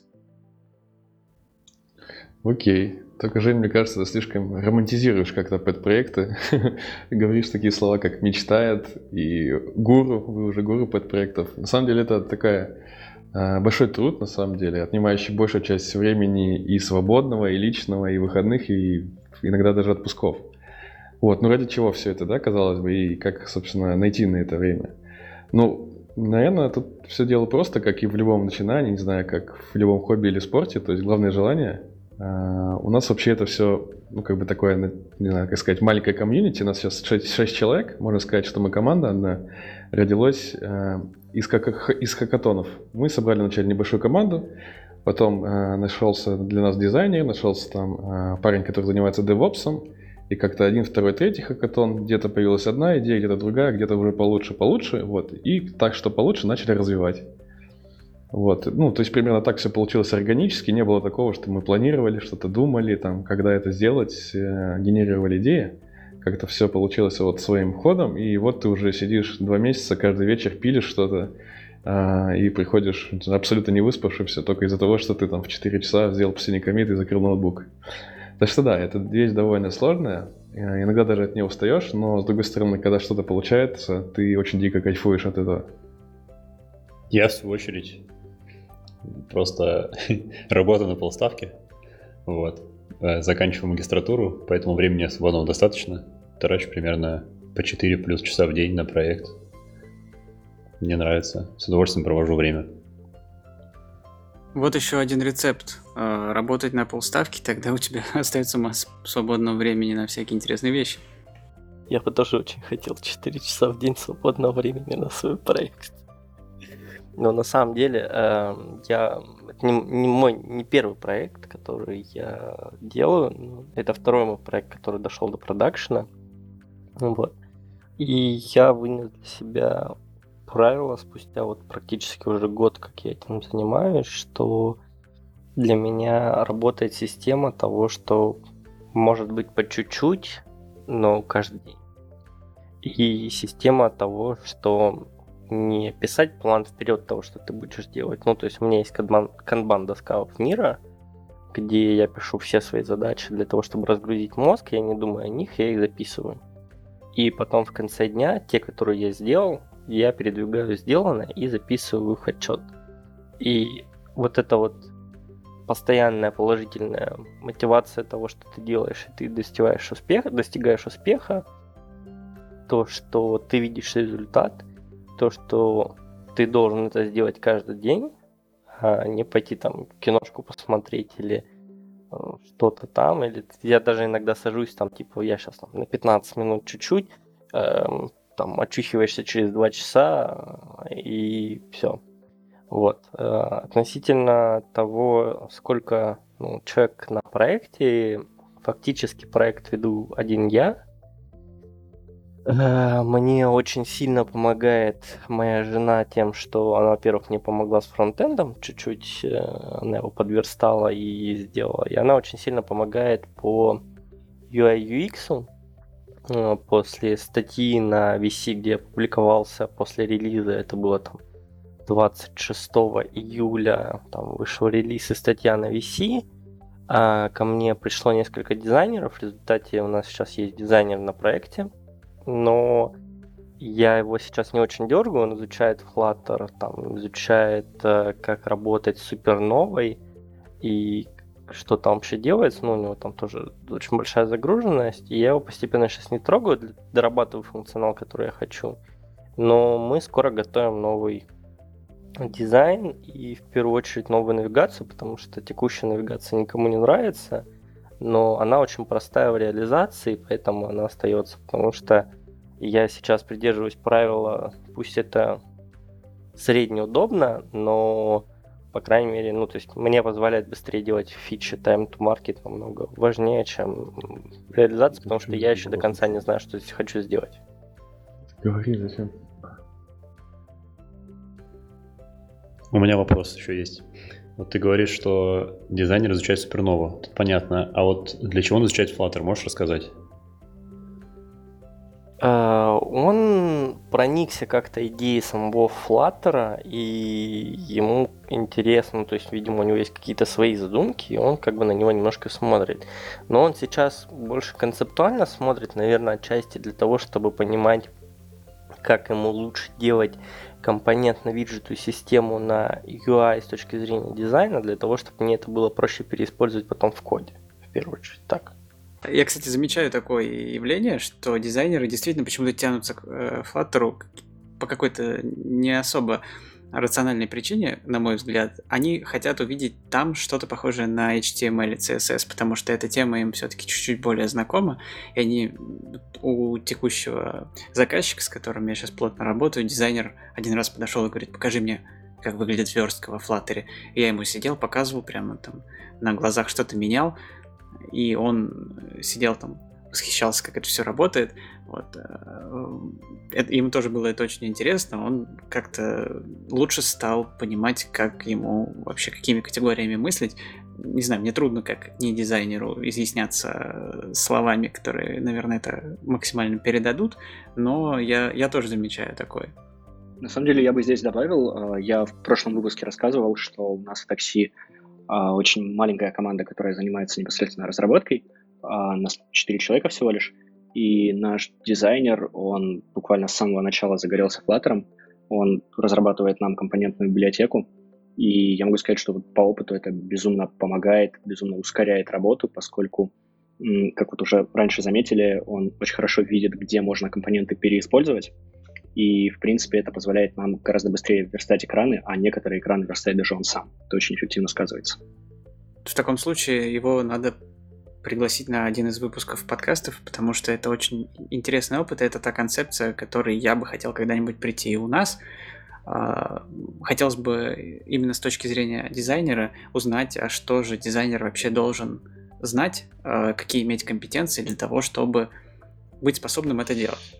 Окей. Только, Жень, мне кажется, ты слишком романтизируешь как-то пэт-проекты. Говоришь такие слова, как «мечтает» и «гуру». Вы уже гуру пэт-проектов. На самом деле это такая э, большой труд, на самом деле, отнимающий большую часть времени и свободного, и личного, и выходных, и иногда даже отпусков. Вот, ну ради чего все это, да, казалось бы, и как, собственно, найти на это время? Ну, наверное, тут все дело просто, как и в любом начинании, не знаю, как в любом хобби или спорте, то есть главное желание. Uh, у нас вообще это все, ну, как бы такое, не знаю, как сказать, маленькое комьюнити. У нас сейчас шесть человек. Можно сказать, что мы команда одна. Родилась uh, из, как- из хакатонов. Мы собрали вначале небольшую команду. Потом uh, нашелся для нас дизайнер. Нашелся там uh, парень, который занимается девопсом. И как-то один, второй, третий хакатон. Где-то появилась одна идея, где-то другая, где-то уже получше, получше. Вот. И так, что получше, начали развивать. Вот, ну, то есть примерно так все получилось органически, не было такого, что мы планировали, что-то думали, там, когда это сделать, э, генерировали идеи, как-то все получилось вот своим ходом, и вот ты уже сидишь два месяца, каждый вечер пилишь что-то, э, и приходишь абсолютно не выспавшийся, только из-за того, что ты там в четыре часа сделал последний коммит и закрыл ноутбук. Так что да, эта вещь довольно сложная, э, иногда даже от нее устаешь, но с другой стороны, когда что-то получается, ты очень дико кайфуешь от этого. Я, в свою очередь, просто работаю на полставки, вот, заканчиваю магистратуру, поэтому времени свободного достаточно, трачу примерно по четыре плюс часа в день на проект. Мне нравится, с удовольствием провожу время. Вот еще один рецепт. Э, Работать на полставки, тогда у тебя остается масса свободного времени на всякие интересные вещи. Я бы тоже очень хотел четыре часа в день свободного времени на свой проект. Но на самом деле э, я это не, не мой не первый проект, который я делаю. но Это второй мой проект, который дошел до продакшена. Вот. И я вынес для себя правило спустя вот практически уже год, как я этим занимаюсь, что для меня работает система того, что может быть по чуть-чуть, но каждый день. и система того, что не писать план вперед того, что ты будешь делать. Ну, то есть у меня есть канбан-доска в Мира, где я пишу все свои задачи для того, чтобы разгрузить мозг, я не думаю о них, я их записываю. И потом в конце дня те, которые я сделал, я передвигаю сделанное и записываю их отчет. И вот это вот постоянная положительная мотивация того, что ты делаешь, и ты достигаешь успеха, достигаешь успеха, то, что ты видишь результат, то, что ты должен это сделать каждый день, а не пойти там киношку посмотреть или э, что-то там, или я даже иногда сажусь там, типа, я сейчас там, на пятнадцать минут чуть-чуть, э, там, очухиваешься через два часа, и все. Вот. Э, относительно того, сколько ну, человек на проекте, фактически проект веду один я. Мне очень сильно помогает моя жена тем, что она, во-первых, мне помогла с фронтендом, чуть-чуть она его подверстала и сделала. И она очень сильно помогает по ю ай ю экс. После статьи на ви си, где я публиковался после релиза, это было там двадцать шестого июля, там вышел релиз и статья на ви си. А ко мне пришло несколько дизайнеров. В результате у нас сейчас есть дизайнер на проекте. Но я его сейчас не очень дергаю, он изучает Flutter, там, изучает, как работать с суперновой и что там вообще делается, ну, у него там тоже очень большая загруженность, и я его постепенно сейчас не трогаю, дорабатываю функционал, который я хочу, но мы скоро готовим новый дизайн и в первую очередь новую навигацию, потому что текущая навигация никому не нравится, но она очень простая в реализации, поэтому она остается, потому что я сейчас придерживаюсь правила, пусть это среднеудобно, но, по крайней мере, ну, то есть мне позволяет быстрее делать фичи, time to market намного важнее, чем реализация, потому что я еще до конца не знаю, что здесь хочу сделать. Говори, зачем? У меня вопрос еще есть. Вот ты говоришь, что дизайнер изучает супернову. Тут понятно. А вот для чего он изучает Flutter? Можешь рассказать? Uh, он проникся как-то идеей самого Flutter, и ему интересно, то есть, видимо, у него есть какие-то свои задумки, и он как бы на него немножко смотрит. Но он сейчас больше концептуально смотрит, наверное, отчасти для того, чтобы понимать, как ему лучше делать компонентно-виджетную систему на ю ай с точки зрения дизайна, для того, чтобы мне это было проще переиспользовать потом в коде, в первую очередь. Так. Я, кстати, замечаю такое явление, что дизайнеры действительно почему-то тянутся к Flutter по какой-то не особо рациональной причине, на мой взгляд. Они хотят увидеть там что-то похожее на эйч ти эм эль и си эс эс, потому что эта тема им все-таки чуть-чуть более знакома, и они у текущего заказчика, с которым я сейчас плотно работаю, дизайнер один раз подошел и говорит: покажи мне, как выглядит верстка во Flutter. И я ему сидел, показывал, прямо там на глазах что-то менял, и он сидел там, восхищался, как это все работает. Вот. Это, ему тоже было это очень интересно. Он как-то лучше стал понимать, как ему вообще, какими категориями мыслить. Не знаю, мне трудно, как не дизайнеру, изъясняться словами, которые, наверное, это максимально передадут, но я, я тоже замечаю такое. На самом деле, я бы здесь добавил, я в прошлом выпуске рассказывал, что у нас в такси очень маленькая команда, которая занимается непосредственно разработкой, нас четыре человека всего лишь, и наш дизайнер, он буквально с самого начала загорелся Flutter, он разрабатывает нам компонентную библиотеку, и я могу сказать, что вот по опыту это безумно помогает, безумно ускоряет работу, поскольку, как вот уже раньше заметили, он очень хорошо видит, где можно компоненты переиспользовать, и, в принципе, это позволяет нам гораздо быстрее верстать экраны, а некоторые экраны верстает даже он сам. Это очень эффективно сказывается. В таком случае его надо пригласить на один из выпусков подкастов, потому что это очень интересный опыт, и это та концепция, к которой я бы хотел когда-нибудь прийти и у нас. Хотелось бы именно с точки зрения дизайнера узнать, а что же дизайнер вообще должен знать, какие иметь компетенции для того, чтобы быть способным это делать.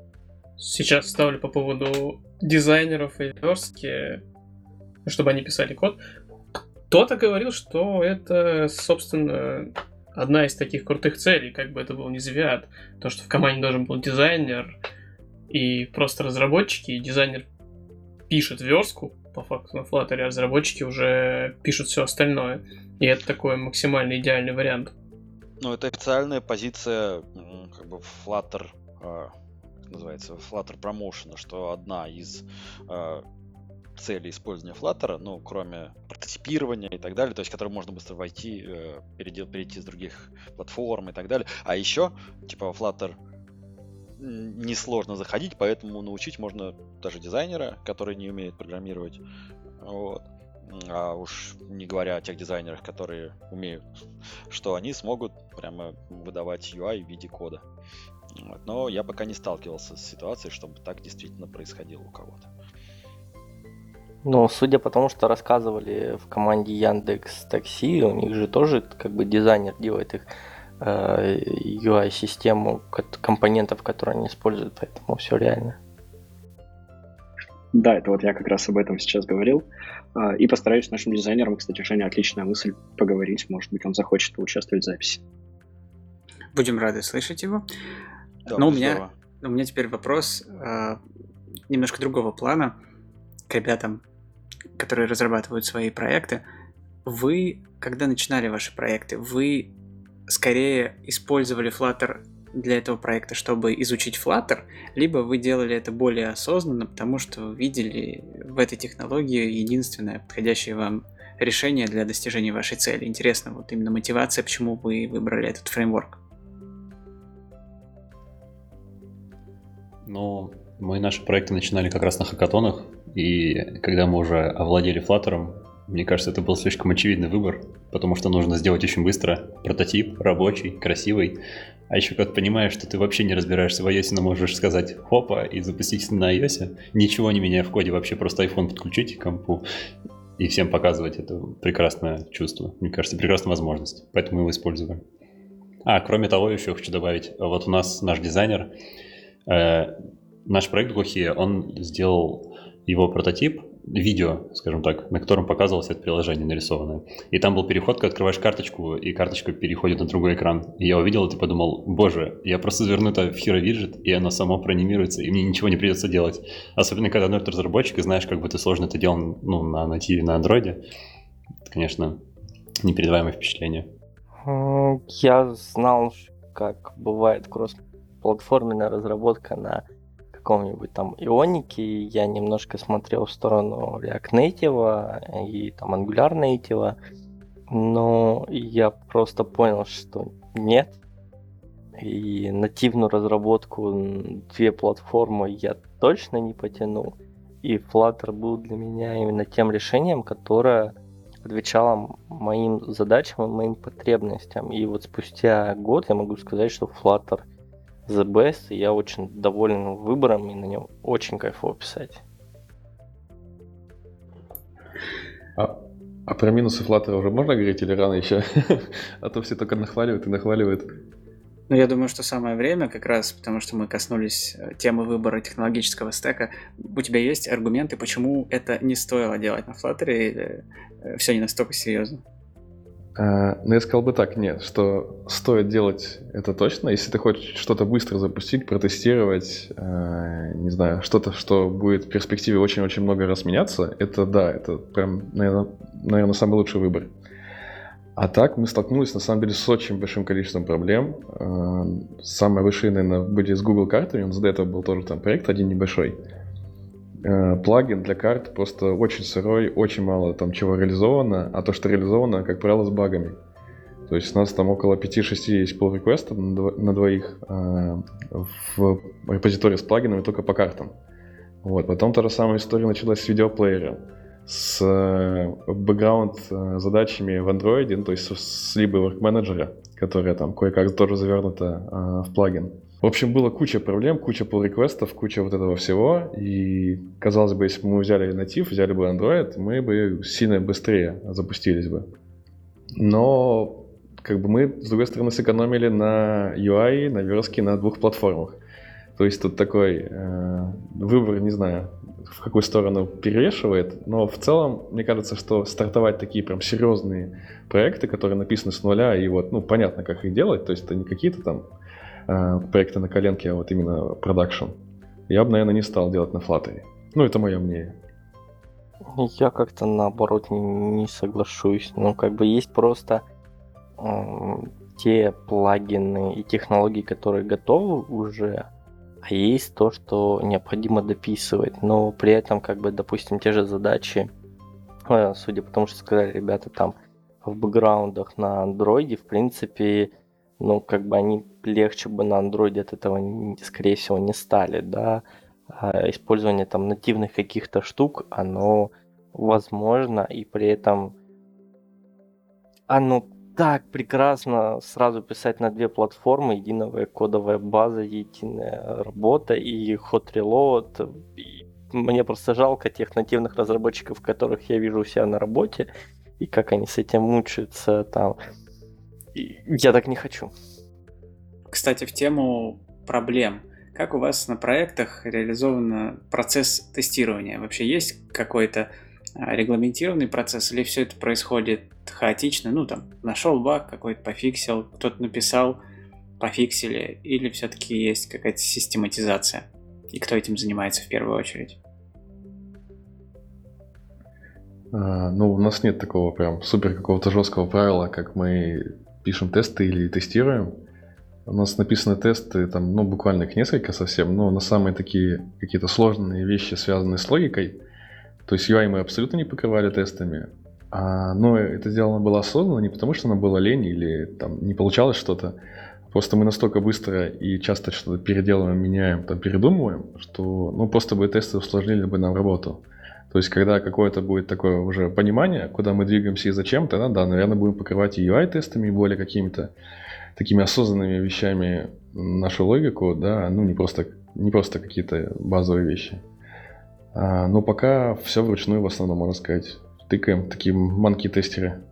Сейчас ставлю по поводу дизайнеров и верстки, чтобы они писали код. Кто-то говорил, что это, собственно, одна из таких крутых целей, как бы это был не Звят. То, что в команде должен был дизайнер, И просто разработчики и дизайнер пишет верстку, по факту, на Flutter, а разработчики уже пишут все остальное. И это такой максимально идеальный вариант. Ну, это официальная позиция, как бы, Flutter, э, называется, Flutter Promotion, что одна из э, целей использования Flutter, ну, кроме прототипирования и так далее, то есть, которым можно быстро войти, э, перейти, перейти с других платформ и так далее. А еще, типа, Flutter несложно заходить, поэтому научить можно даже дизайнера, который не умеет программировать. Вот. А уж не говоря о тех дизайнерах, которые умеют, что они смогут прямо выдавать ю ай в виде кода. Вот. Но я пока не сталкивался с ситуацией, чтобы так действительно происходило у кого-то. Ну, судя по тому, что рассказывали в команде Яндекс Такси, у них же тоже как бы дизайнер делает их ю ай-систему компонентов, которые они используют, поэтому все реально. Да, это вот я как раз об этом сейчас говорил. И постараюсь с нашим дизайнером, кстати, Женя, отличная мысль, поговорить. Может быть, он захочет поучаствовать в записи. Будем рады слышать его. Да, Но у меня, у меня теперь вопрос э, немножко другого плана к ребятам, которые разрабатывают свои проекты. Вы, когда начинали ваши проекты, вы скорее использовали Flutter для этого проекта, чтобы изучить Flutter, либо вы делали это более осознанно, потому что видели в этой технологии единственное подходящее вам решение для достижения вашей цели. Интересно, вот именно мотивация, почему вы выбрали этот фреймворк. Ну, мы наши проекты начинали как раз на хакатонах, и когда мы уже овладели Flutter, мне кажется, это был слишком очевидный выбор, потому что нужно сделать очень быстро прототип, рабочий, красивый. А еще когда понимаешь, что ты вообще не разбираешься в iOS, но можешь сказать хопа и запустить на iOS, ничего не меняя в коде, вообще просто iPhone подключить к компу и всем показывать, это прекрасное чувство. Мне кажется, прекрасная возможность, поэтому мы его использовали. А, кроме того, еще хочу добавить, вот у нас наш дизайнер, э, наш проект Глухие, он сделал его прототип, видео, скажем так, на котором показывалось это приложение нарисованное. И там был переход, когда открываешь карточку, и карточка переходит на другой экран. И я увидел это и подумал, боже, я просто заверну это в Hero Widget, и оно само проанимируется, и мне ничего не придется делать. Особенно, когда ну, ты разработчик, и знаешь, как бы ты сложно это делал ну, на нативе, на андроиде. Это, конечно, непередаваемое впечатление. Я знал, как бывает кросс-платформенная разработка на каком-нибудь там Ионике, я немножко смотрел в сторону React Native и там Angular Native, но я просто понял, что нет. И нативную разработку две платформы я точно не потяну. И Flutter был для меня именно тем решением, которое отвечало моим задачам и моим потребностям. И вот спустя год я могу сказать, что Flutter the best, и я очень доволен выбором, и на нем очень кайфово писать. А, а про минусы Flutter уже можно говорить или рано еще? А то все только нахваливают и нахваливают. Ну, я думаю, что самое время как раз, потому что мы коснулись темы выбора технологического стека. У тебя есть аргументы, почему это не стоило делать на Flutter, или все не настолько серьезно? А, ну, я сказал бы так, нет, что стоит делать это точно, если ты хочешь что-то быстро запустить, протестировать, э, не знаю, что-то, что будет в перспективе очень-очень много раз меняться, это да, это прям, наверное, наверное, самый лучший выбор. А так мы столкнулись, на самом деле, с очень большим количеством проблем. Э, самые большие, наверное, были с Google картами, у нас до этого был тоже там проект один небольшой. Плагин для карт просто очень сырой, очень мало там чего реализовано, а то, что реализовано, как правило, с багами. То есть у нас там около пять-шесть есть pull реквестов на двоих э, в репозитории с плагинами только по картам. Вот. Потом та же самая история началась с видеоплеером, с э, бэкграунд задачами в Android, ну, то есть с либо work-менеджера, которая там кое-как тоже завернута э, в плагин. В общем, было куча проблем, куча pull-реквестов, куча вот этого всего, и, казалось бы, если бы мы взяли натив, взяли бы Android, мы бы сильно быстрее запустились бы. Но, как бы мы, с другой стороны, сэкономили на ю ай, на верстке, на двух платформах. То есть тут такой э, выбор, не знаю, в какую сторону перевешивает, но в целом, мне кажется, что стартовать такие прям серьезные проекты, которые написаны с нуля, и вот, ну, понятно, как их делать, то есть это не какие-то там проекты на коленке, а вот именно продакшн. я бы, наверное, не стал делать на Flutter. Ну, это мое мнение. Я как-то наоборот не, не соглашусь. Ну, как бы есть просто э, те плагины и технологии, которые готовы уже, а есть то, что необходимо дописывать. Но при этом, как бы, допустим, те же задачи, э, судя по тому, что сказали ребята там в бэкграундах на андроиде, в принципе, ну, как бы они легче бы на андроиде от этого, скорее всего, не стали, да. А использование там нативных каких-то штук, оно возможно, и при этом оно так прекрасно сразу писать на две платформы: единая кодовая база, единая работа и hot reload. И мне просто жалко тех нативных разработчиков, которых я вижу у себя на работе, и как они с этим мучаются там. И я так не хочу. Кстати, в тему проблем. Как у вас на проектах реализован процесс тестирования? Вообще есть какой-то регламентированный процесс, или все это происходит хаотично? Ну, там, нашел баг какой-то, пофиксил, кто-то написал, пофиксили, или все-таки есть какая-то систематизация? И кто этим занимается в первую очередь? А, ну, у нас нет такого прям супер какого-то жесткого правила, как мы пишем тесты или тестируем. У нас написаны тесты, там, ну, буквально их несколько совсем, но на самые такие какие-то сложные вещи, связанные с логикой. То есть ю ай мы абсолютно не покрывали тестами. А, но это сделано было осознанно, не потому что нам было лень или там не получалось что-то. Просто мы настолько быстро и часто что-то переделываем, меняем, там, передумываем, что, ну, просто бы тесты усложнили бы нам работу. То есть, когда какое-то будет такое уже понимание, куда мы двигаемся и зачем, тогда, да, наверное, будем покрывать и ю ай-тестами, и более какими-то такими осознанными вещами нашу логику, да, ну, не просто, не просто какие-то базовые вещи. А, но пока все вручную в основном, можно сказать. Тыкаем такие манки-тестеры.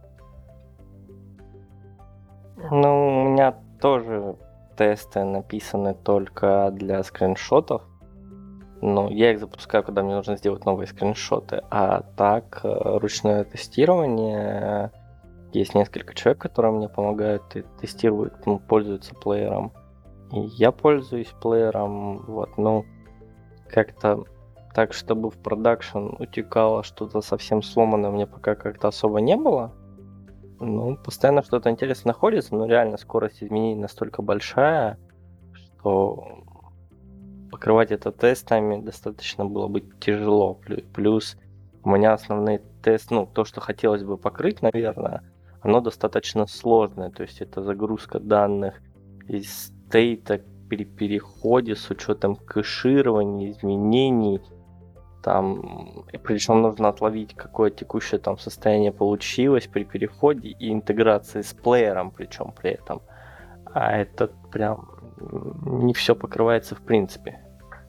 Ну, у меня тоже тесты написаны только для скриншотов. Ну, я их запускаю, когда мне нужно сделать новые скриншоты. А так, ручное тестирование... Есть несколько человек, которые мне помогают и тестируют, ну, пользуются плеером. И я пользуюсь плеером. Вот, ну, как-то так, чтобы в продакшн утекало что-то совсем сломанное, мне пока как-то особо не было. Ну, постоянно что-то интересное находится, но реально скорость изменений настолько большая, что покрывать это тестами достаточно было бы тяжело. Плюс у меня основные тесты, ну, то, что хотелось бы покрыть, наверное, оно достаточно сложное. То есть это загрузка данных из стейта при переходе с учетом кэширования, изменений. Там, причем нужно отловить, какое текущее там состояние получилось при переходе и интеграции с плеером, причем при этом. А это прям не все покрывается в принципе.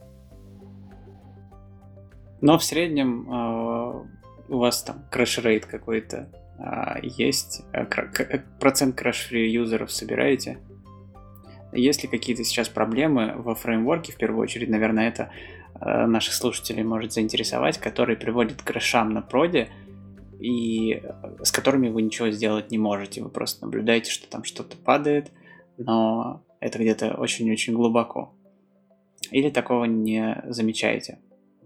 Но в среднем э, у вас там крэш-рейт какой-то э, есть, э, кр- процент крэш-фри юзеров собираете? Есть ли какие-то сейчас проблемы во фреймворке, в первую очередь, наверное, это э, наших слушателей может заинтересовать, которые приводят к крэшам на проде, и с которыми вы ничего сделать не можете. Вы просто наблюдаете, что там что-то падает, но это где-то очень-очень глубоко. Или такого не замечаете?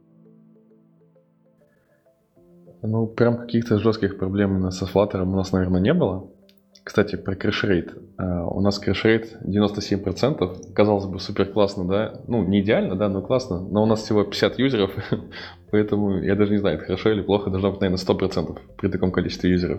Ну, прям каких-то жестких проблем именно со Flutter у нас, наверное, не было. Кстати, про крэш-рейт. Uh, у нас крэш-рейт девяносто семь процентов. Казалось бы, супер классно, да? Ну, не идеально, да, но классно. Но у нас всего пятьдесят юзеров, поэтому я даже не знаю, это хорошо или плохо. Должно быть, наверное, сто процентов при таком количестве юзеров.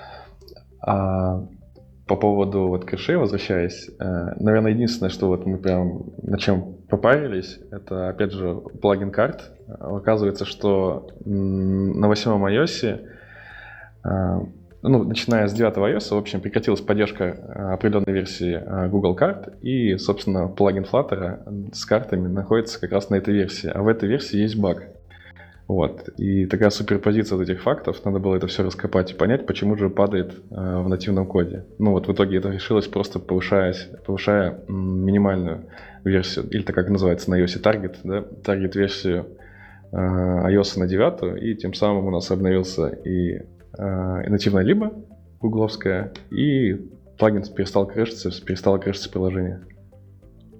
А по поводу вот кэшей, возвращаясь, uh, наверное, единственное, что вот мы прям на чем попарились, это, опять же, плагин карт. Оказывается, что на восьмом iOS, uh, ну, начиная с девятого iOS, в общем, прекратилась поддержка определенной версии Google карт, и, собственно, плагин Flutter с картами находится как раз на этой версии. А в этой версии есть баг. Вот. И такая суперпозиция вот этих фактов, надо было это все раскопать и понять, почему же падает в нативном коде. Ну вот в итоге это решилось просто повышаясь, повышая минимальную версию, или так как называется на iOS Target, да, Target версию iOS на девятую, и тем самым у нас обновился и и нативная либо гугловская, и плагин перестал крэшиться, перестало крэшиться приложение.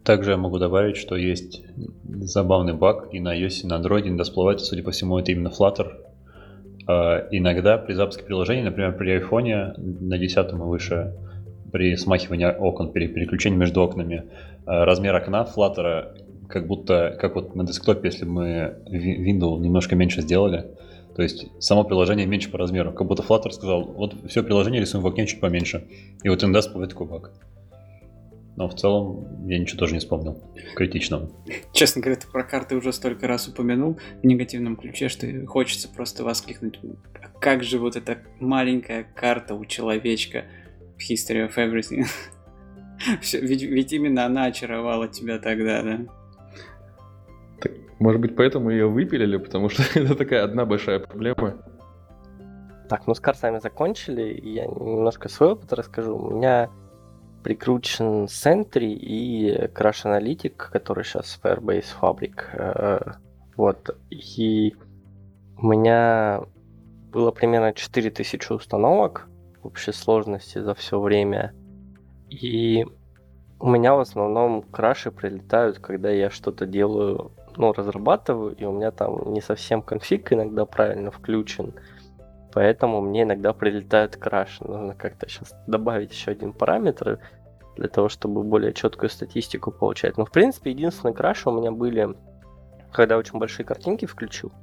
Также я могу добавить, что есть забавный баг и на iOS, и на Android не всплывает, судя по всему, это именно Flutter. Uh, иногда при запуске приложения, например, при iPhone на десятом и выше, при смахивании окон, при переключении между окнами, uh, размер окна Flutter как будто, как вот на десктопе, если бы мы Windows немножко меньше сделали, то есть само приложение меньше по размеру, как будто Flutter сказал, вот все приложение рисуем в окне чуть поменьше, и вот иногда всплывает такой баг. Но в целом я ничего тоже не вспомнил критичного. Честно говоря, ты про карты уже столько раз упомянул в негативном ключе, что хочется просто воскликнуть. Как же вот эта маленькая карта у человечка в History of Everything. Все, ведь, ведь именно она очаровала тебя тогда, да? Так, может быть, поэтому ее выпилили, потому что это такая одна большая проблема. Так, ну с картами закончили, я немножко свой опыт расскажу. У меня прикручен Sentry и Crash Analytic, который сейчас Firebase Fabric. Вот. И у меня было примерно четыре тысячи установок в общей сложности за все время. И у меня в основном краши прилетают, когда я что-то делаю, ну, разрабатываю, и у меня там не совсем конфиг иногда правильно включен. Поэтому мне иногда прилетают краши. Нужно как-то сейчас добавить еще один параметр для того, чтобы более четкую статистику получать. Но, в принципе, единственные краши у меня были, когда очень большие картинки включил.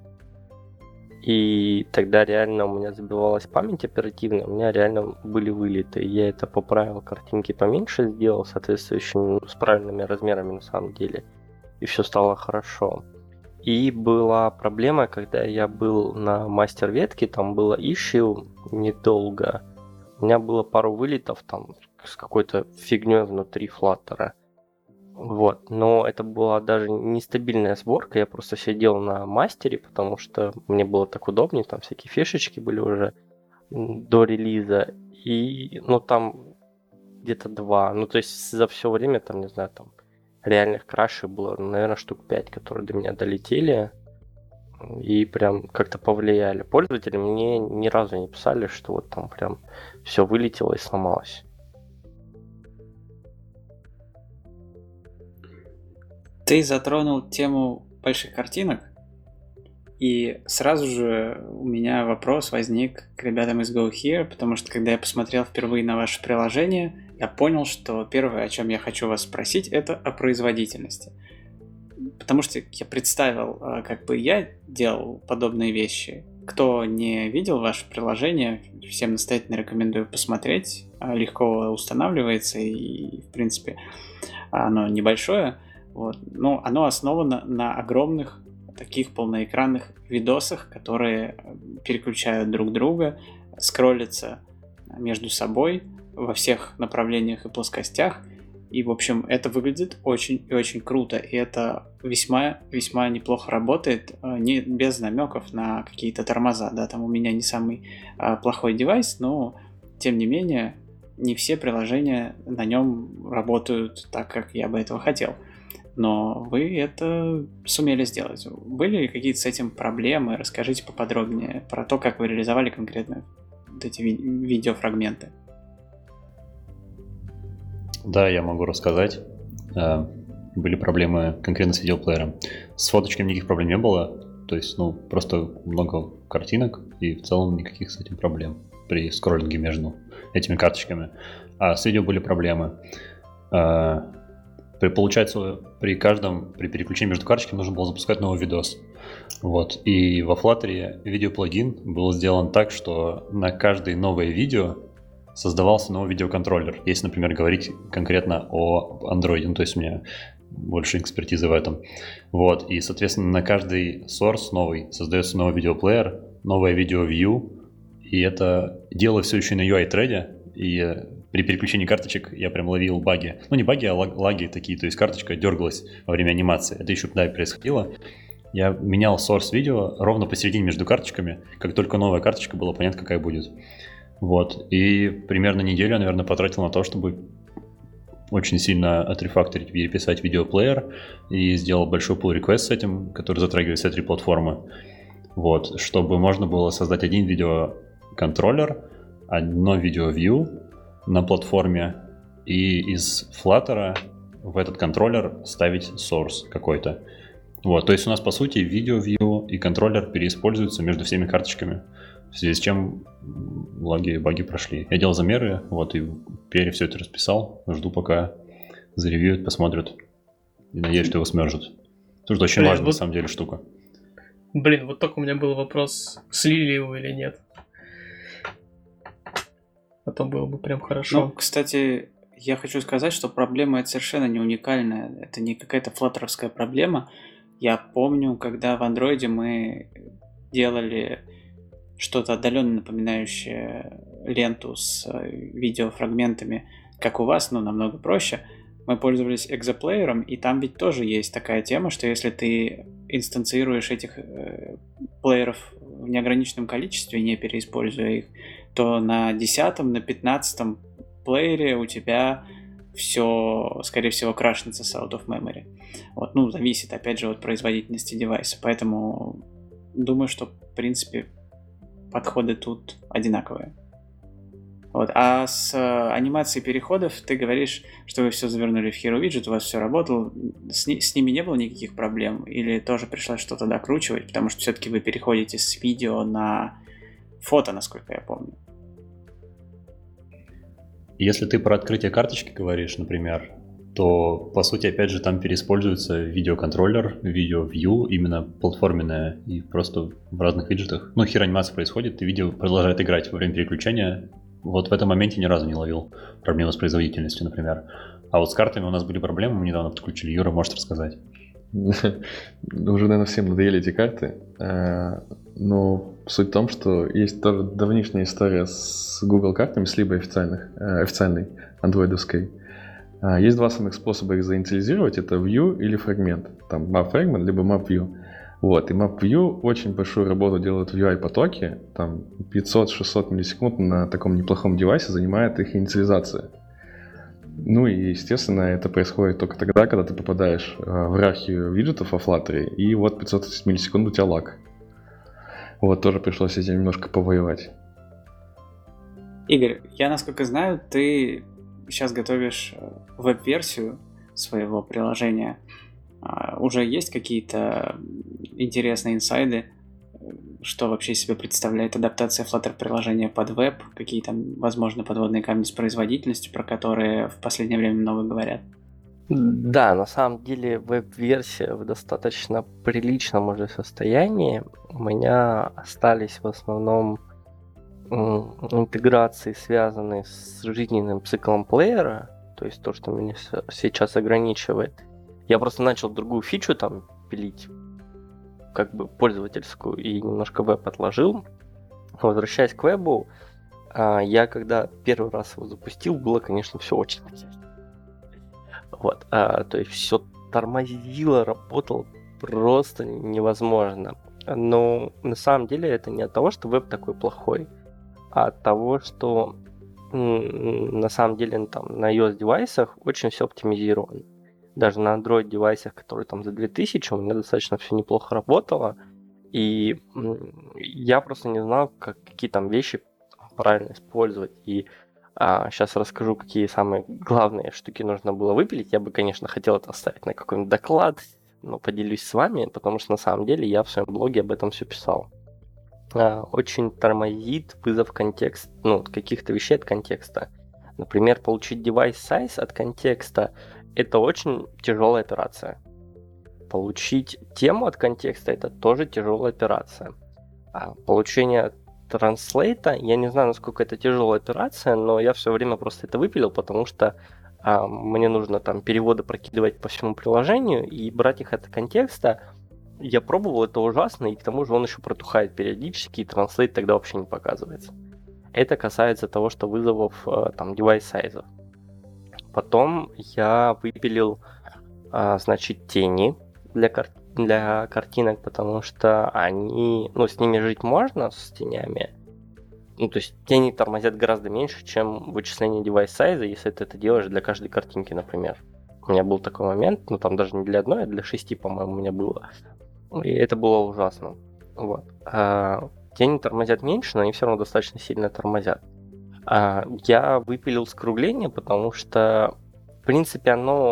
И тогда реально у меня забивалась память оперативная, у меня реально были вылеты. Я это поправил, картинки поменьше сделал, соответствующими, с правильными размерами на самом деле. И все стало хорошо. И была проблема, когда я был на мастер-ветке, там было issue недолго. У меня было пару вылетов там с какой-то фигней внутри Flutter. Вот. Но это была даже нестабильная сборка, я просто сидел на мастере, потому что мне было так удобнее, там всякие фишечки были уже до релиза. И, ну, там где-то два. Ну, то есть за все время, там, не знаю, там реальных крашей было, наверное, штук пять, которые до меня долетели и прям как-то повлияли. Пользователи мне ни разу не писали, что вот там прям все вылетело и сломалось. Ты затронул тему больших картинок, и сразу же у меня вопрос возник к ребятам из GoHere, потому что когда я посмотрел впервые на ваше приложение, я понял, что первое, о чем я хочу вас спросить, это о производительности. Потому что я представил, как бы я делал подобные вещи. Кто не видел ваше приложение, всем настоятельно рекомендую посмотреть. Легко устанавливается и, в принципе, оно небольшое. Вот. Но оно основано на огромных таких полноэкранных видосах, которые переключают друг друга, скроллятся между собой во всех направлениях и плоскостях. И, в общем, это выглядит очень и очень круто. И это весьма, весьма неплохо работает, не, без намеков на какие-то тормоза. Да, там у меня не самый а, плохой девайс, но, тем не менее, не все приложения на нем работают так, как я бы этого хотел. Но вы это сумели сделать. Были ли какие-то с этим проблемы? Расскажите поподробнее про то, как вы реализовали конкретно вот эти ви- видеофрагменты. Да, я могу рассказать. Были проблемы конкретно с видеоплеером. С фоточками никаких проблем не было. То есть, ну, просто много картинок, и в целом никаких с этим проблем при скроллинге между этими карточками. А с видео были проблемы. Получается, при каждом, при переключении между карточками нужно было запускать новый видос. Вот. И во Flutter видеоплагин был сделан так, что на каждое новое видео создавался новый видеоконтроллер. Если, например, говорить конкретно о Android, ну, то есть у меня больше экспертизы в этом. Вот. И, соответственно, на каждый source новый создается новый видеоплеер, новое видео-view. И это дело все еще и на ю ай-треде. И при переключении карточек я прям ловил баги. Ну, не баги, а лаги такие. То есть карточка дергалась во время анимации. Это еще тогда происходило. Я менял source видео ровно посередине между карточками. Как только новая карточка, было понятно, какая будет. Вот. И примерно неделю я, наверное, потратил на то, чтобы очень сильно отрефакторить, переписать видеоплеер. И сделал большой pull request с этим, который затрагивает все три платформы. Вот. Чтобы можно было создать один видеоконтроллер, одно видео-view на платформе, и из Flutter в этот контроллер ставить source какой-то. Вот, то есть у нас, по сути, видео view и контроллер переиспользуются между всеми карточками, в связи с чем лаги и баги прошли. Я делал замеры, вот, и Пере все это расписал. Жду, пока заревьюют, посмотрят. И надеюсь, что его смержат. Это же очень Блин, важная, вот- на самом деле, штука. Блин, вот только у меня был вопрос, слили его или нет. А то было бы прям Ну, хорошо. кстати, я хочу сказать, что проблема это совершенно не уникальная. Это не какая-то флаттеровская проблема. Я помню, когда в андроиде мы делали что-то отдаленно напоминающее ленту с э, видеофрагментами, как у вас, но намного проще. Мы пользовались экзоплеером, и там ведь тоже есть такая тема, что если ты инстанцируешь этих э, плееров в неограниченном количестве, не переиспользуя их, то на десятом, на пятнадцатом плеере у тебя все, скорее всего, крашнется с out of memory. Вот, ну, зависит, опять же, от производительности девайса. Поэтому думаю, что, в принципе, подходы тут одинаковые. Вот. А с э, анимацией переходов ты говоришь, что вы все завернули в Hero Widget, у вас все работало. С, ни- с ними не было никаких проблем? Или тоже пришлось что-то докручивать? Потому что все-таки вы переходите с видео на фото, насколько я помню. Если ты про открытие карточки говоришь, например, то, по сути, опять же, там переиспользуется видеоконтроллер, видео-вью, именно платформенное, и просто в разных виджетах. Ну, хер-анимация происходит, и видео продолжает играть во время переключения. Вот в этом моменте ни разу не ловил проблемы с производительностью, например. А вот с картами у нас были проблемы, мы недавно подключили. Юра, можешь рассказать? Уже, наверное, всем надоели эти карты. Э, Но суть в том, что есть тоже давнишняя история с Google картами, с либо официальных, э, официальной андроидовской. А, Есть два самых способа их заинициализировать. Это view или фрагмент. Там map fragment, либо map view. Вот. И map view очень большую работу делают в ю ай-потоке. Там пятьсот-шестьсот миллисекунд на таком неплохом девайсе занимает их инициализация. Ну и, естественно, это происходит только тогда, когда ты попадаешь э, в иерархию виджетов во Flutter, и вот пятьсот миллисекунд у тебя лаг. Вот, тоже пришлось с этим немножко повоевать. Игорь, я, насколько знаю, ты сейчас готовишь э, веб-версию своего приложения. А, Уже есть какие-то интересные инсайды, э, что вообще из себя представляет адаптация Flutter-приложения под веб, какие там, возможно, подводные камни с производительностью, про которые в последнее время много говорят. Да, на самом деле веб-версия в достаточно приличном уже состоянии. У меня остались в основном м, интеграции, связанные с жизненным циклом плеера, то есть то, что меня с- сейчас ограничивает. Я просто начал другую фичу там пилить, как бы пользовательскую, и немножко веб отложил. Возвращаясь к вебу, а, я когда первый раз его запустил, было, конечно, все очень начально. Вот, а, то есть все тормозило, работало просто невозможно. Но на самом деле это не от того, что веб такой плохой, а от того, что м, на самом деле там на iOS девайсах очень все оптимизировано. Даже на Android девайсах, которые там за две тысячи, у меня достаточно все неплохо работало. И м, я просто не знал, как, какие там вещи правильно использовать. И а, сейчас расскажу, какие самые главные штуки нужно было выпилить. Я бы, конечно, хотел это оставить на какой-нибудь доклад, но поделюсь с вами, потому что на самом деле я в своем блоге об этом все писал. А, очень тормозит вызов контекста, ну, каких-то вещей от контекста. Например, получить девайс size от контекста — это очень тяжелая операция. Получить тему от контекста — это тоже тяжелая операция. А получение транслейта, я не знаю, насколько это тяжелая операция, но я все время просто это выпилил, потому что а, мне нужно там переводы прокидывать по всему приложению и брать их от контекста. Я пробовал, это ужасно, и к тому же он еще протухает периодически, и транслейт тогда вообще не показывается. Это касается того, что вызовов э, там девайс-сайзов. Потом я выпилил, а, значит, тени для, кар- для картинок, потому что они, ну, с ними жить можно, с тенями. Ну, то есть тени тормозят гораздо меньше, чем вычисление девайс-сайза, если ты это делаешь для каждой картинки, например. У меня был такой момент, ну, там даже не для одной, а для шести, по-моему, у меня было. И это было ужасно. Вот. А, тени тормозят меньше, но они все равно достаточно сильно тормозят. А, я выпилил скругление, потому что, в принципе, оно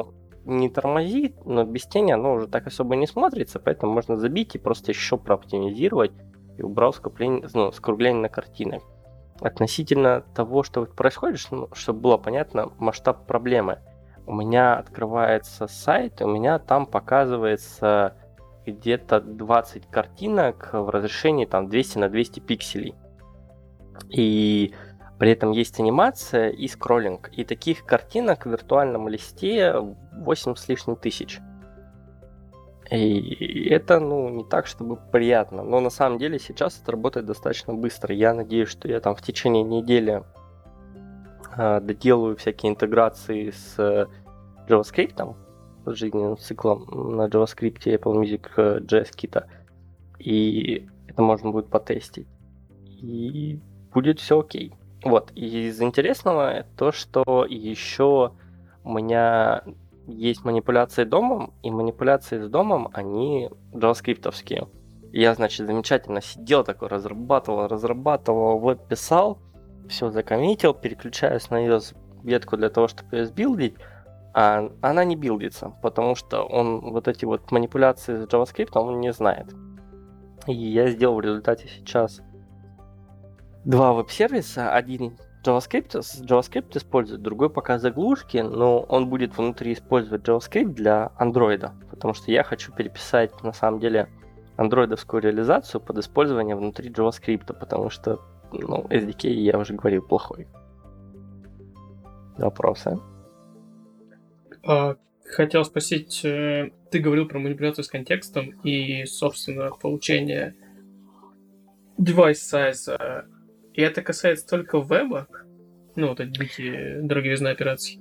не тормозит, но без тени оно уже так особо не смотрится, поэтому можно забить и просто еще прооптимизировать и убрал скопление, ну, скругление на картинах. Относительно того, что вот происходит, ну, чтобы было понятно масштаб проблемы. У меня открывается сайт, у меня там показывается где-то двадцать картинок в разрешении там двести на двести пикселей. И при этом есть анимация и скроллинг. И таких картинок в виртуальном листе восемь с лишним тысяч. И это, ну, не так, чтобы приятно. Но на самом деле сейчас это работает достаточно быстро. Я надеюсь, что я там в течение недели э, доделаю всякие интеграции с JavaScript, с жизненным циклом на JavaScript и Apple Music джей эс Kit. И это можно будет потестить. И будет все окей. Вот. И из интересного то, что еще у меня есть манипуляции домом, и манипуляции с домом, они джаваскриптовские. Я, значит, замечательно сидел такой, разрабатывал, разрабатывал, веб писал, все закоммитил, переключаюсь на iOS ветку для того, чтобы ее сбилдить, а она не билдится, потому что он вот эти вот манипуляции с JavaScript он не знает. И я сделал в результате сейчас два веб-сервиса, один JavaScript, JavaScript использует, другой пока заглушки, но он будет внутри использовать JavaScript для Android, потому что я хочу переписать на самом деле андроидовскую реализацию под использование внутри JavaScript, потому что, ну, эс ди кей, я уже говорил, плохой. Вопросы? А, хотел спросить, ты говорил про манипуляцию с контекстом и, собственно, получение device size. И это касается только веба? Ну, вот эти дикие дороговизны операций.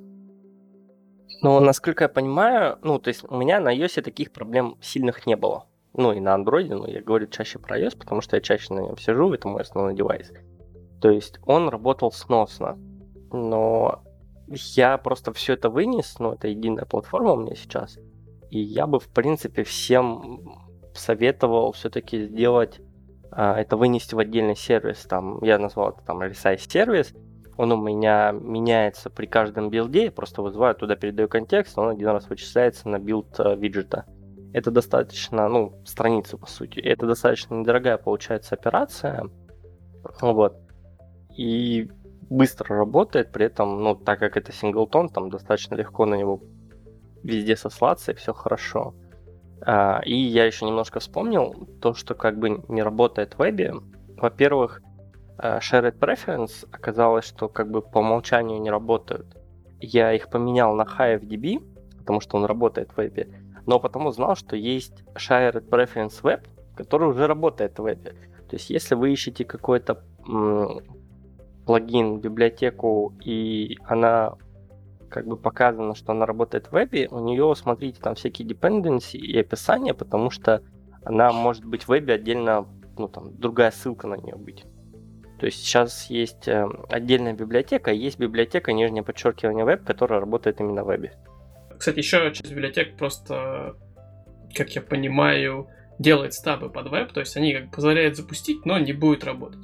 Ну, насколько я понимаю, ну, то есть у меня на iOS таких проблем сильных не было. Ну, и на Android, но я говорю чаще про iOS, потому что я чаще на нем сижу, это мой основной девайс. То есть он работал сносно. Но я просто все это вынес, ну, это единая платформа у меня сейчас. И я бы, в принципе, всем советовал все-таки сделать это вынести в отдельный сервис. Там, я назвал это там resize сервис. Он у меня меняется при каждом билде. Я просто вызываю, туда передаю контекст, он один раз вычисляется на билд виджета. Это достаточно, ну, страница, по сути. Это достаточно недорогая получается операция. Вот. И быстро работает, при этом, ну, так как это синглтон, там достаточно легко на него везде сослаться, и все хорошо. Uh, и я еще немножко вспомнил то, что как бы не работает в вебе. Во-первых, uh, Shared Preference оказалось, что как бы по умолчанию не работают. Я их поменял на HiveDB, потому что он работает в вебе, но потом узнал, что есть Shared Preference Web, который уже работает в вебе. То есть если вы ищете какой-то м- плагин, библиотеку, и она как бы показано, что она работает в вебе, у нее, смотрите, там всякие dependency и описания, потому что она может быть в вебе отдельно, ну там, другая ссылка на нее быть. То есть сейчас есть э, отдельная библиотека, есть библиотека, нижнее подчеркивание веб, которая работает именно в вебе. Кстати, еще часть библиотек просто, как я понимаю, делает стабы под веб, то есть они как бы позволяют запустить, но не будет работать.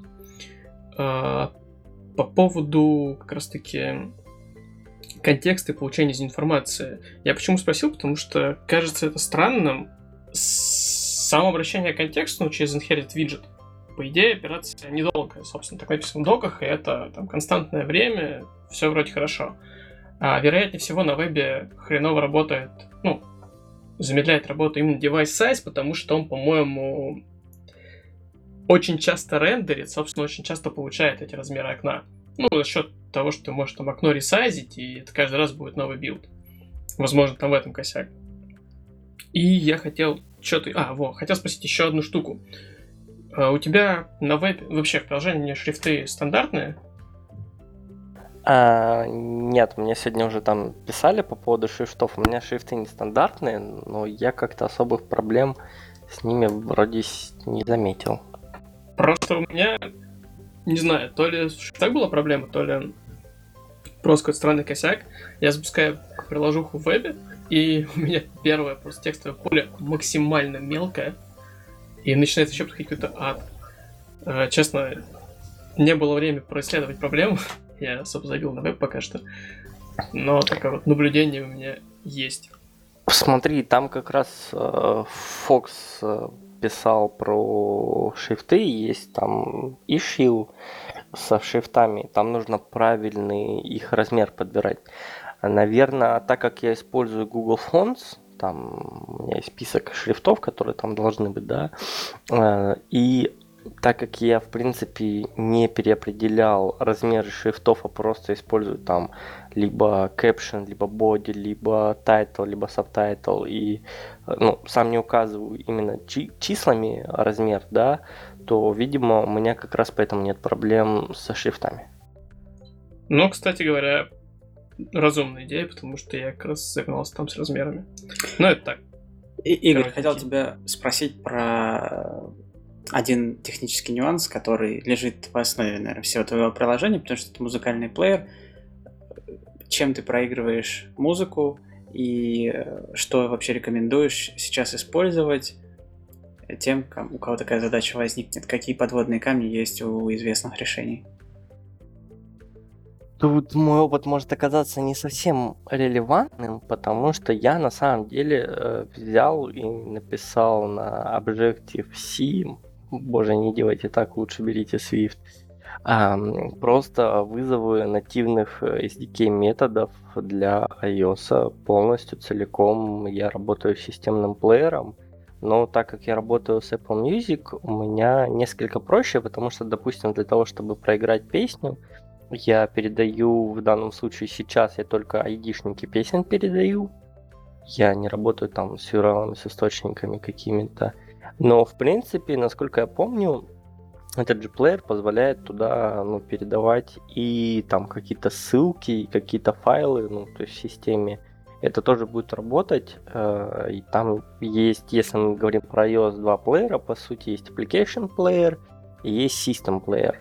А, по поводу как раз-таки контекста и получения информации. Я почему спросил? Потому что кажется это странным. Само обращение к контексту через inherit widget. По идее, операция недолгая. Собственно, так написано в доках, и это там константное время, все вроде хорошо. А вероятнее всего на вебе хреново работает, ну, замедляет работу именно device size, потому что он, по-моему, очень часто рендерит, собственно, очень часто получает эти размеры окна. Ну, за счет того, что ты можешь там окно ресайзить, и это каждый раз будет новый билд. Возможно, там в этом косяк. И я хотел что-то... А, во, хотел спросить еще одну штуку. А у тебя на вебе, вообще в приложении шрифты стандартные? А, нет, мне сегодня уже там писали по поводу шрифтов. У меня шрифты нестандартные, но я как-то особых проблем с ними вроде не заметил. Просто у меня... Не знаю, то ли в шрифтах была проблема, то ли просто какой-то странный косяк. Я запускаю приложуху в вебе, и у меня первое просто текстовое поле максимально мелкое, и начинает еще приходить какой-то ад. Честно, не было времени происследовать проблему, я особо забил на веб пока что, но такое вот наблюдение у меня есть. Посмотри, там как раз э, Фокс э, писал про шрифты, есть там issue со шрифтами, там нужно правильный их размер подбирать. Наверное, так как я использую Google Fonts, там у меня есть список шрифтов, которые там должны быть, да, э, и так как я, в принципе, не переопределял размеры шрифтов, а просто использую там либо caption, либо body, либо title, либо subtitle, и ну, сам не указываю именно чи- числами размер, да, то, видимо, у меня как раз поэтому нет проблем со шрифтами. Ну, кстати говоря, разумная идея, потому что я как раз загнался там с размерами. Ну, это так. И, Игорь, Короче, хотел тип- тебя спросить про один технический нюанс, который лежит в основе, наверное, всего твоего приложения, потому что это музыкальный плеер. Чем ты проигрываешь музыку и что вообще рекомендуешь сейчас использовать тем, у кого такая задача возникнет? Какие подводные камни есть у известных решений? Тут мой опыт может оказаться не совсем релевантным, потому что я на самом деле э, взял и написал на Objective-C, боже, не делайте так, лучше берите Swift, а, просто вызовы нативных эс ди кей методов для iOS полностью, целиком. Я работаю с системным плеером, но так как я работаю с Apple Music, у меня несколько проще, потому что, допустим, для того, чтобы проиграть песню, я передаю, в данном случае сейчас я только айдишники песен передаю. Я не работаю там с ю ар эл, с источниками какими-то. Но, в принципе, насколько я помню, этот же плеер позволяет туда ну, передавать и там какие-то ссылки, и какие-то файлы, ну, то есть в системе. Это тоже будет работать. И там есть, если мы говорим про iOS два плеера, по сути, есть Application Player и есть System Player.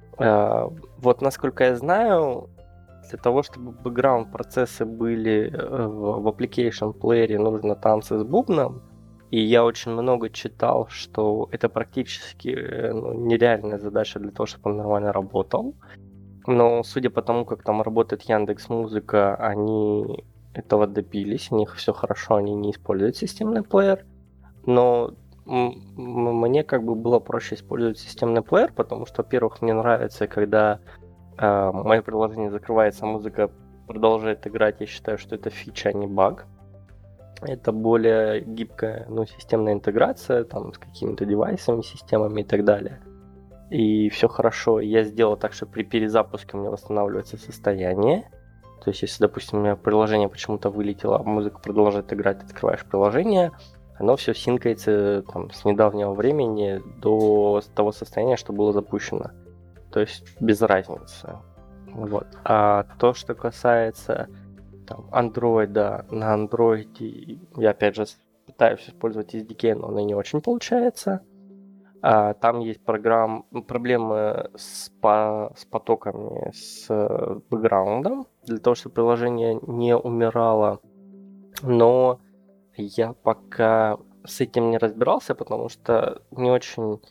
Вот насколько я знаю, для того, чтобы бэкграунд-процессы были в Application Player, нужно танцы с бубном. И я очень много читал, что это практически ну, нереальная задача для того, чтобы он нормально работал. Но судя по тому, как там работает Яндекс.Музыка, они этого добились, у них все хорошо, они не используют системный плеер. Но мне как бы было проще использовать системный плеер, потому что, во-первых, мне нравится, когда э, мое приложение закрывается, а музыка продолжает играть. Я считаю, что это фича, а не баг. Это более гибкая, ну, системная интеграция там, с какими-то девайсами, системами и так далее. И все хорошо. Я сделал так, что при перезапуске у меня восстанавливается состояние. То есть, если, допустим, у меня приложение почему-то вылетело, а музыка продолжает играть, открываешь приложение, оно все синкается там, с недавнего времени до того состояния, что было запущено. То есть без разницы. Вот. А то, что касается там, Android, да, на Android я опять же пытаюсь использовать эс ди кей, но оно не очень получается. А, там есть программ, проблемы с, по, с потоками, с бэкграундом, для того, чтобы приложение не умирало. Но я пока с этим не разбирался, потому что не очень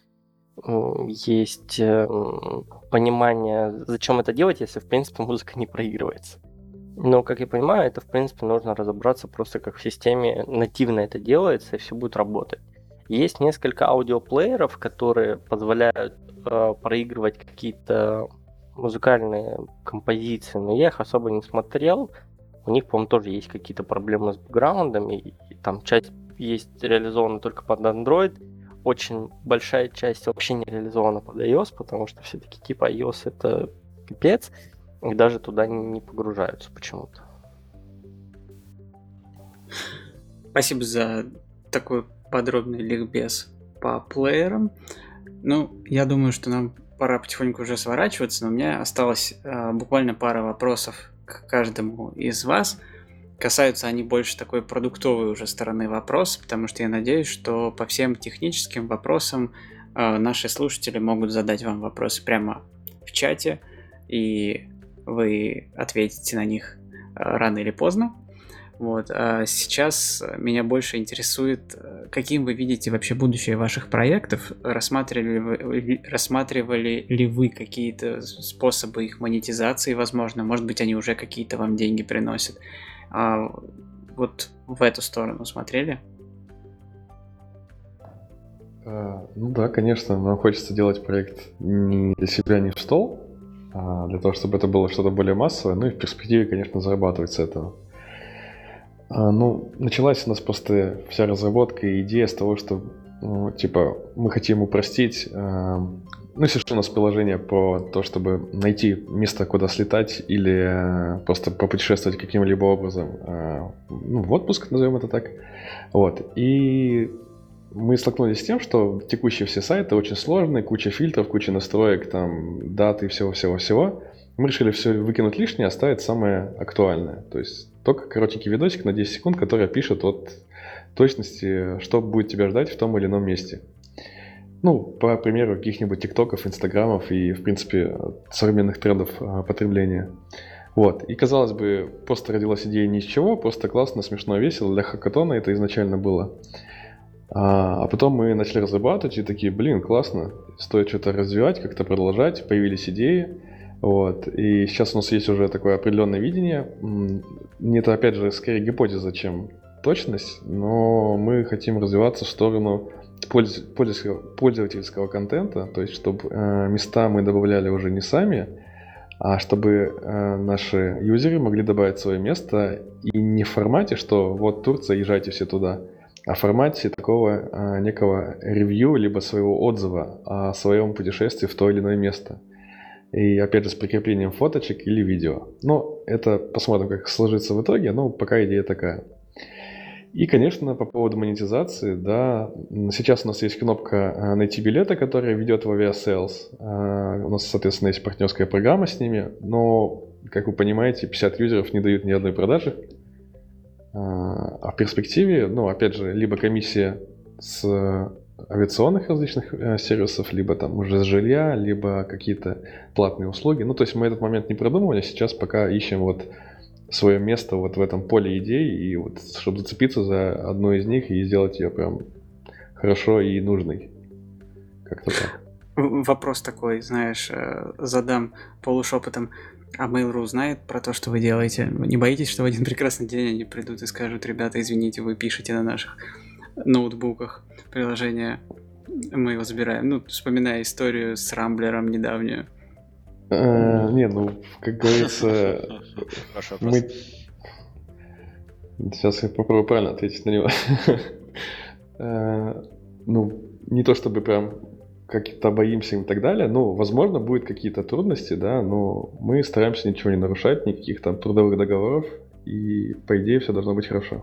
есть понимание, зачем это делать, если, в принципе, музыка не проигрывается. Но, как я понимаю, это, в принципе, нужно разобраться просто как в системе нативно это делается, и все будет работать. Есть несколько аудиоплееров, которые позволяют э, проигрывать какие-то музыкальные композиции, но я их особо не смотрел. У них, по-моему, тоже есть какие-то проблемы с бэкграундами, и, и там часть есть реализована только под Android, очень большая часть вообще не реализована под iOS, потому что все-таки типа iOS это пипец, и даже туда не погружаются почему-то. Спасибо за такой подробный ликбез по плеерам. Ну, я думаю, что нам пора потихоньку уже сворачиваться, но у меня осталось э, буквально пара вопросов к каждому из вас. Касаются они больше такой продуктовой уже стороны вопроса, потому что я надеюсь, что по всем техническим вопросам э, наши слушатели могут задать вам вопросы прямо в чате, и вы ответите на них э, рано или поздно. Вот. А сейчас меня больше интересует, каким вы видите вообще будущее ваших проектов. Рассматривали вы, рассматривали ли вы какие-то способы их монетизации, возможно? Может быть, они уже какие-то вам деньги приносят. А вот в эту сторону смотрели? А, ну да, конечно, нам хочется делать проект не для себя, не в стол, а для того, чтобы это было что-то более массовое, ну и в перспективе, конечно, зарабатывать с этого. А, ну, началась у нас просто вся разработка и идея с того, что, ну, типа, мы хотим упростить, а, ну, если что, у нас приложение по то, чтобы найти место, куда слетать или а, просто попутешествовать каким-либо образом, а, ну, в отпуск, назовем это так, вот, и мы столкнулись с тем, что текущие все сайты очень сложные, куча фильтров, куча настроек, там, даты и всего-всего-всего. Мы решили все выкинуть лишнее, оставить самое актуальное. То есть только коротенький видосик на десять секунд, который опишет от точности, что будет тебя ждать в том или ином месте. Ну, по примеру каких-нибудь тиктоков, инстаграмов и, в принципе, современных трендов а, потребления. Вот. И, казалось бы, просто родилась идея ни с чего, просто классно, смешно, весело. Для хакатона это изначально было. А, а потом мы начали разрабатывать и такие, блин, классно, стоит что-то развивать, как-то продолжать, появились идеи, вот, и сейчас у нас есть уже такое определенное видение, это опять же скорее гипотеза, чем точность, но мы хотим развиваться в сторону пользовательского контента, то есть чтобы э, места мы добавляли уже не сами, а чтобы э, наши юзеры могли добавить свое место и не в формате, что вот Турция, езжайте все туда, о формате такого а, некого ревью, либо своего отзыва о своем путешествии в то или иное место. И опять же с прикреплением фоточек или видео. Но это посмотрим, как сложится в итоге, но пока идея такая. И, конечно, по поводу монетизации, да, сейчас у нас есть кнопка «Найти билеты», которая ведет в Aviasales. У нас, соответственно, есть партнерская программа с ними, но, как вы понимаете, пятьдесят юзеров не дают ни одной продажи. А в перспективе, ну, опять же, либо комиссия с авиационных различных э, сервисов, либо там уже с жилья, либо какие-то платные услуги. Ну, то есть мы этот момент не продумывали, сейчас пока ищем вот свое место вот в этом поле идей, и вот чтобы зацепиться за одну из них и сделать ее прям хорошо и нужной. Как-то так. Вопрос такой, знаешь, задам полушепотом. А Mail.ru знает про то, что вы делаете? Вы не боитесь, что в один прекрасный день они придут и скажут: ребята, извините, вы пишете на наших ноутбуках приложение, мы его забираем? Ну, вспоминая историю с Рамблером недавнюю. А, не, ну, как говорится, мы... Сейчас я попробую правильно ответить на него. Ну, не то чтобы прям как-то боимся и так далее, но, возможно, будут какие-то трудности, да, но мы стараемся ничего не нарушать, никаких там трудовых договоров, и, по идее, все должно быть хорошо.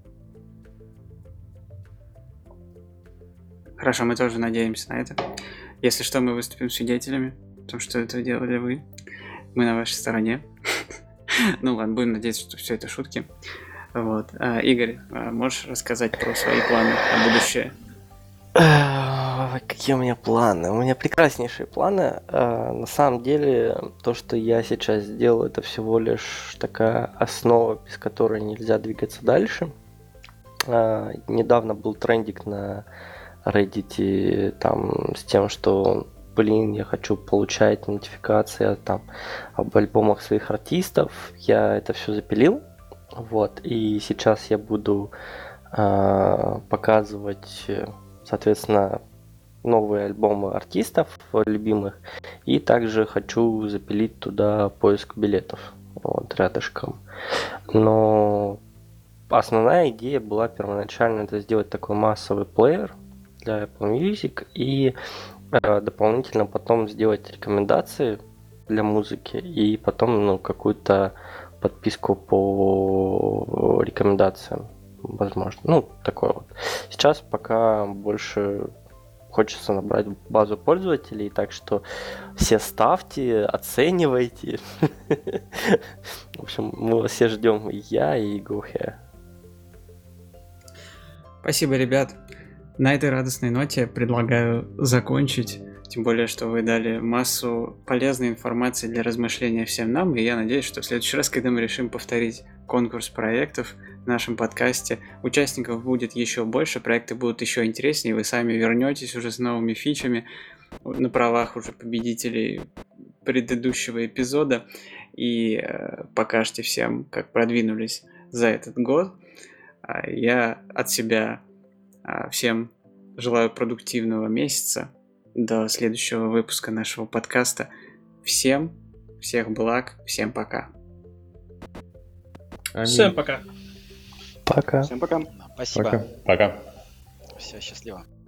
Хорошо, мы тоже надеемся на это. Если что, мы выступим свидетелями, потому что это делали вы. Мы на вашей стороне. Ну ладно, будем надеяться, что все это шутки. Вот. А, Игорь, можешь рассказать про свои планы на будущее? Какие у меня планы? У меня прекраснейшие планы. На самом деле, то, что я сейчас сделаю, это всего лишь такая основа, без которой нельзя двигаться дальше. Недавно был трендик на Reddit там с тем, что, блин, я хочу получать нотификации там об альбомах своих артистов. Я это все запилил. Вот. И сейчас я буду показывать, соответственно, новые альбомы артистов любимых, и также хочу запилить туда поиск билетов вот рядышком. Но основная идея была первоначально это сделать такой массовый плеер для Apple Music и э, дополнительно потом сделать рекомендации для музыки и потом ну, какую-то подписку по рекомендациям, возможно. Ну, такое вот. Сейчас пока больше хочется набрать базу пользователей, так что все ставьте, оценивайте. В общем, мы вас все ждем, и я, и GoHair. Спасибо, ребят. На этой радостной ноте предлагаю закончить. Тем более, что вы дали массу полезной информации для размышления всем нам, и я надеюсь, что в следующий раз, когда мы решим повторить конкурс проектов в нашем подкасте, участников будет еще больше, проекты будут еще интереснее, вы сами вернетесь уже с новыми фичами на правах уже победителей предыдущего эпизода и э, покажете всем, как продвинулись за этот год. А я от себя а, всем желаю продуктивного месяца до следующего выпуска нашего подкаста. Всем всех благ, всем пока. Аминь. Всем пока. Пока. Всем пока. Спасибо. Пока. Пока. Все, счастливо.